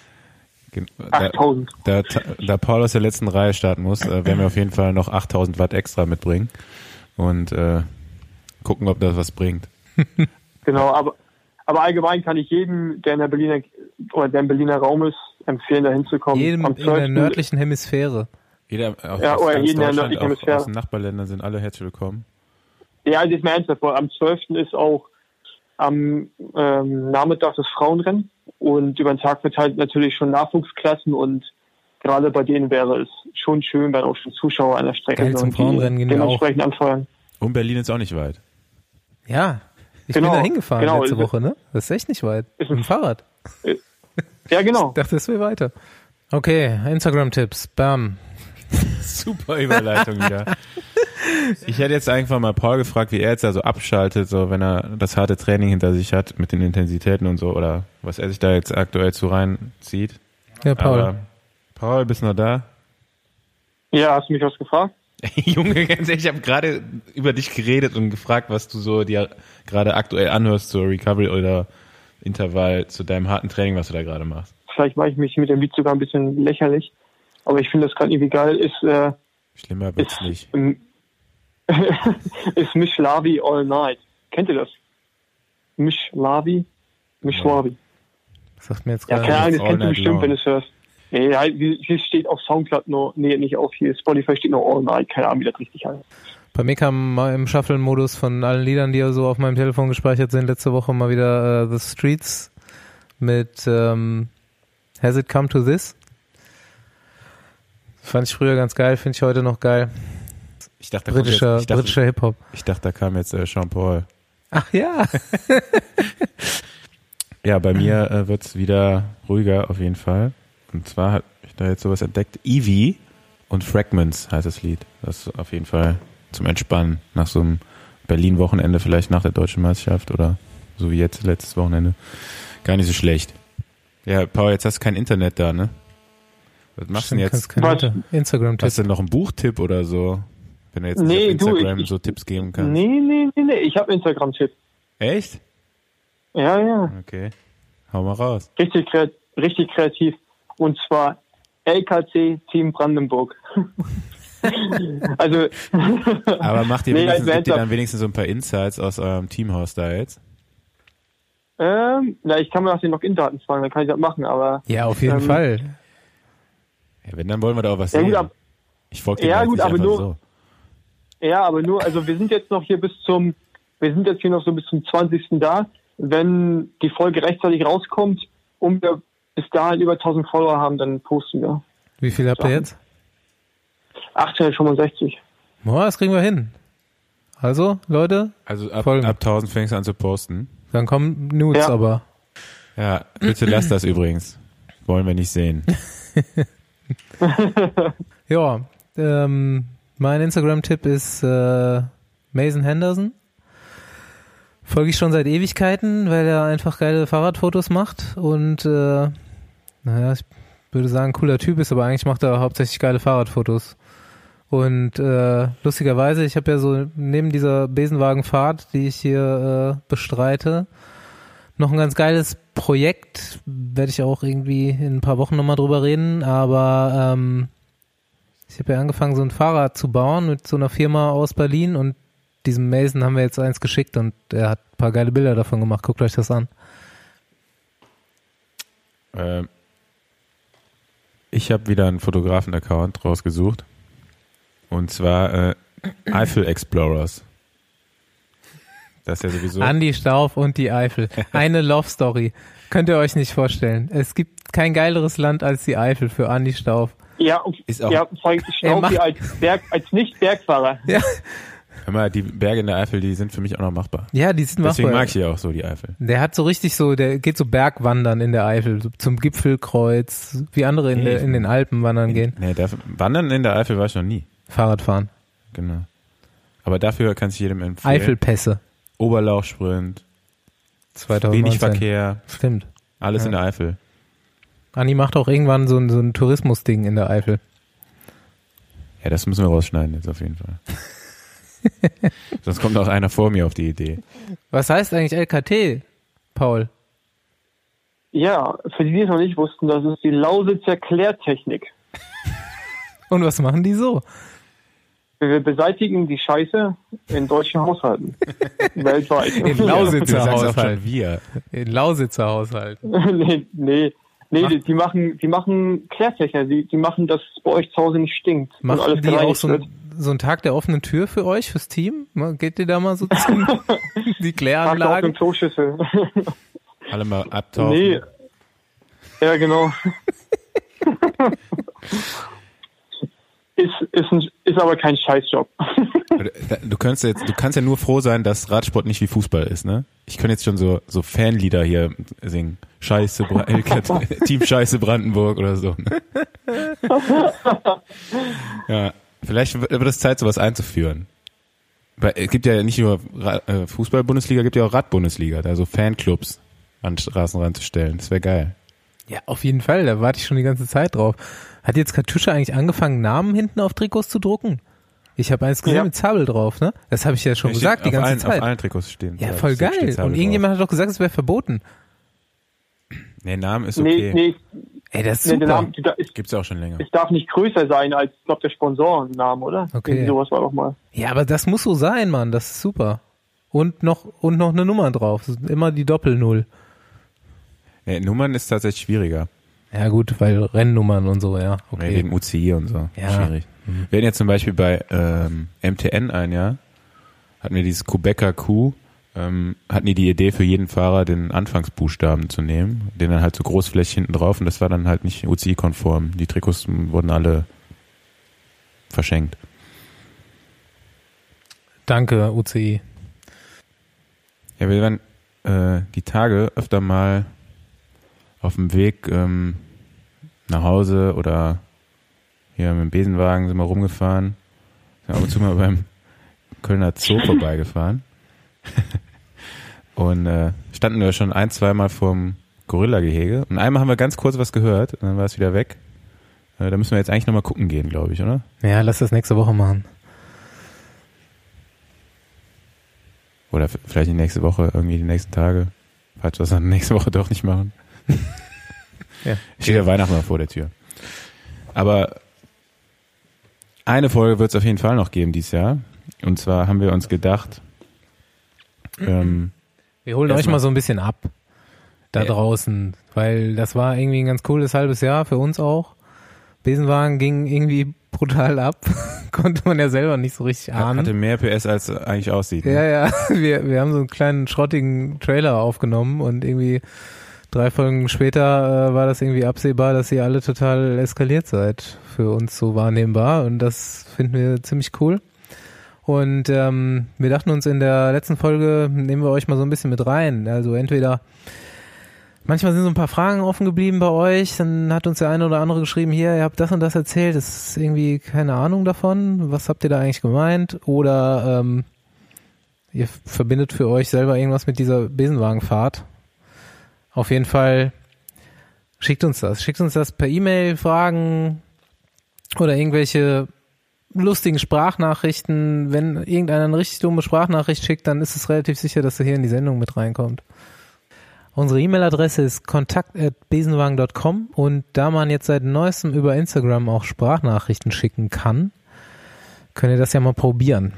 Da, da, da Paul aus der letzten Reihe starten muss, äh, werden wir auf jeden Fall noch achttausend Watt extra mitbringen und äh, gucken, ob das was bringt. Genau, aber, aber allgemein kann ich jedem, der in der Berliner oder der im Berliner Raum ist, empfehlen, da hinzukommen. Jedem in der nördlichen Hemisphäre. Jeder auch ja, aus oder ganz jeden in der Deutschland, nördlichen auch Hemisphäre. aus den Nachbarländern sind alle herzlich willkommen. Ja, das ist mir ernsthaft. Am zwölften ist auch am ähm, Nachmittag das Frauenrennen und über den Tag verteilt natürlich schon Nachwuchsklassen und gerade bei denen wäre es schon schön, wenn auch schon Zuschauer an der Strecke Geil, zum Frauenrennen gehen dementsprechend anfeuern. Und Berlin ist auch nicht weit. Ja, ich genau, bin da hingefahren genau, letzte Woche, ne? Das ist echt nicht weit. Mit dem Fahrrad. Ja, genau. Ich dachte, es wäre weiter. Okay, Instagram-Tipps. Bam. Super Überleitung wieder. Ich hätte jetzt einfach mal Paul gefragt, wie er jetzt da so abschaltet, so wenn er das harte Training hinter sich hat mit den Intensitäten und so, oder was er sich da jetzt aktuell zu reinzieht. Ja, Paul. Aber, Paul, bist du noch da? Ja, hast du mich was gefragt? Junge, ganz ehrlich, ich habe gerade über dich geredet und gefragt, was du so dir gerade aktuell anhörst zur Recovery oder Intervall zu deinem harten Training, was du da gerade machst. Vielleicht mache ich mich mit dem Lied sogar ein bisschen lächerlich, aber ich finde das gerade irgendwie geil. Ist äh, schlimmer wird's ist, nicht. Ähm, ist Mishlavi All Night. Kennt ihr das? Mishlavi? Mishlavi. Das sagt mir jetzt ja, gar keine Ahnung, nicht. das kennst du bestimmt, long. Wenn du es hörst. Nee, halt, hier steht auf Soundcloud nur, nee, nicht auf hier, Spotify steht nur All Night, keine Ahnung, wie das richtig heißt. Bei mir kam mal im Shuffle-Modus von allen Liedern, die ja so auf meinem Telefon gespeichert sind, letzte Woche mal wieder uh, The Streets mit ähm, Has It Come to This? Fand ich früher ganz geil, finde ich heute noch geil. Ich dachte, britischer, jetzt, ich dachte, britischer Hip-Hop. Ich dachte, da kam jetzt äh, Sean Paul. Ach ja. Ja, bei mir äh, wird's wieder ruhiger auf jeden Fall. Und zwar habe ich da jetzt sowas entdeckt. Eevee und Fragments heißt das Lied. Das ist auf jeden Fall zum Entspannen nach so einem Berlin-Wochenende, vielleicht nach der Deutschen Meisterschaft oder so wie jetzt letztes Wochenende. Gar nicht so schlecht. Ja, Paul, jetzt hast du kein Internet da, ne? Was machst du denn jetzt? Instagram-Tipp. Hast du noch einen Buchtipp oder so? Wenn du jetzt nee, nicht auf Instagram du, ich, so Tipps geben kannst. Nee, nee, nee, nee. Ich habe Instagram-Tipp. Echt? Ja, ja. Okay. Hau mal raus. Richtig, kreat- richtig kreativ. Und zwar L K C Team Brandenburg. Also. Aber macht ihr, nee, wenigstens, also gibt ihr dann wenigstens so ein paar Insights aus eurem Teamhaus da jetzt? Ähm, na, ich kann mir nach den Login-Daten fragen, dann kann ich das machen, aber. Ja, auf jeden ähm, Fall. Ja, wenn, dann wollen wir da auch was ja, sehen. Gut, ab, ich folge dir ja, halt gut, nicht aber einfach nur, so. Ja, aber nur, also wir sind jetzt noch hier bis zum, wir sind jetzt hier noch so bis zum zwanzigsten da. Wenn die Folge rechtzeitig rauskommt und wir bis dahin über tausend Follower haben, dann posten wir. Wie viel habt ihr jetzt? achthundertfünfundsechzig. Boah, das kriegen wir hin. Also, Leute, Also ab, folgen. ab tausend fängst du an zu posten. Dann kommen Nudes Ja. aber. Ja, bitte lass das übrigens. Wollen wir nicht sehen. Ja, ähm, mein Instagram-Tipp ist äh, Mason Henderson. Folge ich schon seit Ewigkeiten, weil er einfach geile Fahrradfotos macht und äh, naja, ich würde sagen, cooler Typ ist, aber eigentlich macht er hauptsächlich geile Fahrradfotos. Und äh, lustigerweise, ich habe ja so neben dieser Besenwagenfahrt, die ich hier äh, bestreite, noch ein ganz geiles Projekt, werde ich auch irgendwie in ein paar Wochen nochmal drüber reden, aber ähm, ich habe ja angefangen, so ein Fahrrad zu bauen mit so einer Firma aus Berlin und Diesem Mason haben wir jetzt eins geschickt und er hat ein paar geile Bilder davon gemacht. Guckt euch das an. Ähm, ich habe wieder einen Fotografen-Account rausgesucht. Und zwar äh, Eifel Explorers. Das ist ja sowieso... Andi Stauf und die Eifel. Eine Love-Story. Könnt ihr euch nicht vorstellen. Es gibt kein geileres Land als die Eifel für Andi Stauf. Ja, Ist auch- ja, vor allem Staufi als Berg, als Nicht-Bergfahrer. Ja, Hör mal, die Berge in der Eifel, die sind für mich auch noch machbar. ja, die sind Deswegen machbar. mag ich ja auch so die Eifel. Der hat so richtig so, der geht so Bergwandern in der Eifel, so zum Gipfelkreuz, wie andere in, der, in den Alpen wandern gehen. Nee, dafür, Wandern in der Eifel war ich noch nie. Fahrradfahren. Genau. Aber dafür kann ich jedem empfehlen. Eifelpässe. Oberlauchsprint, zwanzig wenig neunzehn. Verkehr, Stimmt. alles Ja. in der Eifel. Anni macht auch irgendwann so ein, so ein Tourismusding in der Eifel. Ja, das müssen wir rausschneiden jetzt auf jeden Fall. Sonst kommt auch einer vor mir auf die Idee. Was heißt eigentlich L K T, Paul? Ja, für die, die es noch nicht wussten, das ist die Lausitzer Klärtechnik. Und was machen die so? Wir beseitigen die Scheiße in deutschen Haushalten. Weltweit. In Du Lausitzer sagst auch schon Haushalt. wir. In Lausitzer Haushalt. nee, nee, nee die, die machen, die machen Klärtechner, die, die machen, dass es bei euch zu Hause nicht stinkt. und Machen alles die auch gereinigt so, wird. ein, so einen Tag der offenen Tür für euch, fürs Team? Mal- Geht ihr da mal so zum die Tag auf Kläranlagen? dem Kloschüssel. Alle mal abtauchen. Nee. Ja, genau. ist, ist, ein, ist aber kein Scheißjob. Du kannst jetzt, du kannst ja nur froh sein, dass Radsport nicht wie Fußball ist, ne? Ich könnte jetzt schon so, so Fanlieder hier singen. Scheiße, Bra- L K T, Team Scheiße Brandenburg oder so. Ne? Ja, vielleicht wird es Zeit, sowas einzuführen. Weil es gibt ja nicht nur Ra- äh, Fußball-Bundesliga, gibt ja auch Rad-Bundesliga, da so Fanclubs an den Straßenrand zu stellen. Das wäre geil. Ja, auf jeden Fall, da warte ich schon die ganze Zeit drauf. Hat jetzt Katusha eigentlich angefangen, Namen hinten auf Trikots zu drucken? Ich habe eins gesehen Ja. mit Zabel drauf, ne? Das habe ich ja schon Steht gesagt, die auf ganze allen, Zeit. Auf allen Trikots stehen. Ja, da voll steht geil. Zabel Und irgendjemand hat doch gesagt, es wäre verboten. drauf. Nee, Name ist okay. Nee, nee, Ey, das ist nee der super. Name, da ist, Gibt's ja auch schon länger. es darf nicht größer sein als, ich glaube, der Sponsorennamen, oder? Okay. Irgendwie sowas war doch mal. Ja, aber das muss so sein, Mann. Das ist super. Und noch, und noch eine Nummer drauf. Das sind immer die Doppel-Null. Nee, Nummern ist tatsächlich schwieriger. Ja, gut, weil Rennnummern und so, ja. Okay. Okay. Wegen U C I und so. Ja. Schwierig. Wir hatten jetzt zum Beispiel bei ähm, M T N ein Jahr, hatten wir dieses Quebecer Q, ähm, hatten die die Idee für jeden Fahrer den Anfangsbuchstaben zu nehmen, den dann halt so großflächig hinten drauf und das war dann halt nicht U C I-konform. Die Trikots wurden alle verschenkt. Danke, U C I. Ja, wir waren äh, die Tage öfter mal auf dem Weg ähm, nach Hause oder hier mit dem Besenwagen sind wir rumgefahren. Sind ab und zu mal beim Kölner Zoo vorbeigefahren. Und äh, standen wir schon ein, zweimal vorm Gorilla-Gehege. Und einmal haben wir ganz kurz was gehört und dann war es wieder weg. Äh, da müssen wir jetzt eigentlich nochmal gucken gehen, glaube ich, oder? Ja, lass das nächste Woche machen. Oder f- vielleicht die nächste Woche, irgendwie die nächsten Tage. Falls wir es dann nächste Woche doch nicht machen. Ja. Steht ja Weihnachten mal vor der Tür. Aber eine Folge wird es auf jeden Fall noch geben dieses Jahr. Und zwar haben wir uns gedacht, ähm, Wir holen euch Erstmal- mal so ein bisschen ab. Da Ja. draußen. Weil das war irgendwie ein ganz cooles halbes Jahr für uns auch. Besenwagen ging irgendwie brutal ab. Konnte man ja selber nicht so richtig ahnen. hatte mehr P S als eigentlich aussieht. Ne? Ja, ja, wir, wir haben so einen kleinen schrottigen Trailer aufgenommen und irgendwie drei Folgen später äh, war das irgendwie absehbar, dass ihr alle total eskaliert seid, für uns so wahrnehmbar und das finden wir ziemlich cool. Und ähm, wir dachten uns in der letzten Folge, nehmen wir euch mal so ein bisschen mit rein, also entweder manchmal sind so ein paar Fragen offen geblieben bei euch, dann hat uns der eine oder andere geschrieben, hier, ihr habt das und das erzählt, das ist irgendwie keine Ahnung davon, was habt ihr da eigentlich gemeint? Oder ähm, ihr verbindet für euch selber irgendwas mit dieser Besenwagenfahrt. Auf jeden Fall schickt uns das. Schickt uns das per E-Mail, Fragen oder irgendwelche lustigen Sprachnachrichten. Wenn irgendeiner eine richtig dumme Sprachnachricht schickt, dann ist es relativ sicher, dass er hier in die Sendung mit reinkommt. Unsere E-Mail-Adresse ist kontakt at besenwagen dot com und da man jetzt seit neuestem über Instagram auch Sprachnachrichten schicken kann, könnt ihr das ja mal probieren.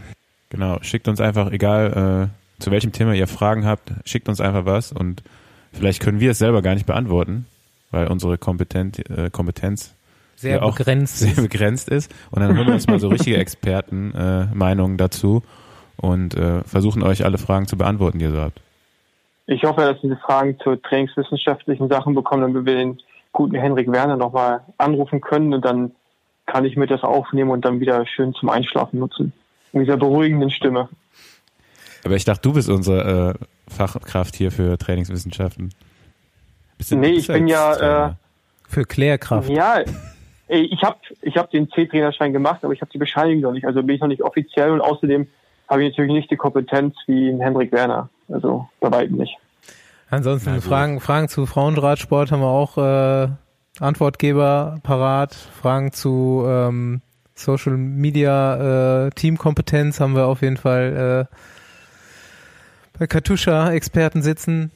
Genau, schickt uns einfach, egal äh, zu welchem Thema ihr Fragen habt, schickt uns einfach was und vielleicht können wir es selber gar nicht beantworten, weil unsere Kompetent, äh, Kompetenz sehr ja auch begrenzt sehr ist. begrenzt ist. Und dann holen wir uns mal so richtige Experten-Meinungen äh, dazu und äh, versuchen euch alle Fragen zu beantworten, die ihr so habt. Ich hoffe, dass diese Fragen zu trainingswissenschaftlichen Sachen bekommen, damit wir den guten Henrik Werner nochmal anrufen können und dann kann ich mir das aufnehmen und dann wieder schön zum Einschlafen nutzen. Mit dieser beruhigenden Stimme. Aber ich dachte, du bist unsere äh, Fachkraft hier für Trainingswissenschaften. Bist du, nee, bist ich bin ja... Trainer? Äh, für Klärkraft. Ja, ey, ich habe ich hab den C-Trainerschein gemacht, aber ich habe die Bescheinigung noch nicht. Also bin ich noch nicht offiziell und außerdem habe ich natürlich nicht die Kompetenz wie ein Henrik Werner. Also bei weitem nicht. Ansonsten Fragen, Fragen zu Frauenradsport haben wir auch äh, Antwortgeber parat. Fragen zu ähm, Social Media äh, Teamkompetenz haben wir auf jeden Fall äh, bei Katusha-Experten sitzen.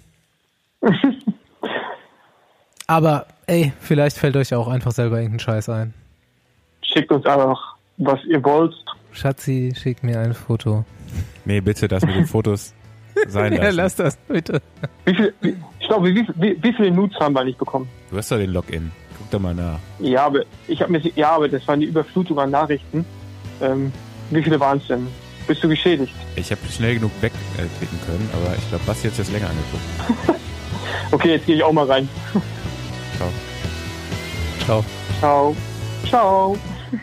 Aber ey, vielleicht fällt euch auch einfach selber irgendein Scheiß ein. Schickt uns einfach, was ihr wollt. Schatzi, schick mir ein Foto. Nee, bitte, das mit den Fotos sein lassen. Ja, lass das, bitte. Wie viel, wie, ich glaube, wie, wie, wie viele Nudes haben wir nicht bekommen? Du hast doch den Login. Guck da mal nach. Ja, aber ich habe mir, ja, aber das war eine Überflutung an Nachrichten. Ähm, wie viele waren es denn? Bist du geschädigt? Ich habe schnell genug wegklicken können, aber ich glaube, Basti hat jetzt länger angeguckt. Okay, jetzt gehe ich auch mal rein. Ciao. Ciao. Ciao. Ciao.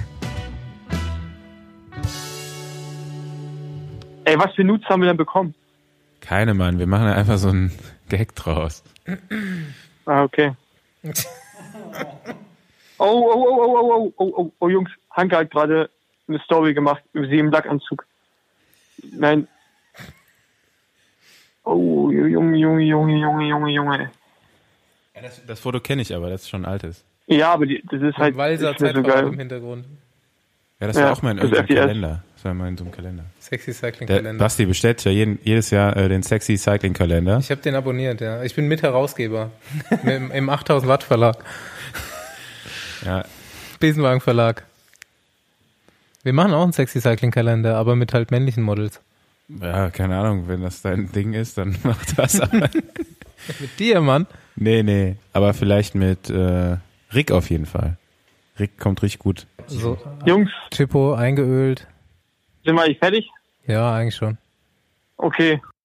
Ey, was für Nudes haben wir denn bekommen? Keine, Mann. Wir machen da einfach so einen Gag draus. Ah, okay. Oh, oh, oh, oh, oh, oh, oh, oh, oh, Jungs. Hanke hat gerade eine Story gemacht über sie im Lackanzug. Nein. Oh, Junge, Junge, Junge, Junge, Junge, Junge. Ja, das, das Foto kenne ich aber, das ist schon ein altes. Ja, aber die, das ist halt Walser das ist so Zeitfahren geil. im Hintergrund. Ja, das Ja, war auch mal in das irgendeinem F I S. Kalender. Das war mal in so einem Kalender. Sexy Cycling Der Kalender. Basti bestellt ja jeden, jedes Jahr äh, den Sexy Cycling Kalender. Ich habe den abonniert, ja. Ich bin Mitherausgeber im, im achttausend Watt Verlag. Ja, Besenwagen Verlag. Wir machen auch einen Sexy Cycling Kalender, aber mit halt männlichen Models. ja, keine Ahnung, wenn das dein Ding ist, dann mach das. Aber Mit dir, Mann. nee, nee, aber vielleicht mit äh, Rick auf jeden Fall. Rick kommt richtig gut. So, Jungs, Chippo eingeölt. sind wir eigentlich fertig? Ja, eigentlich schon. Okay.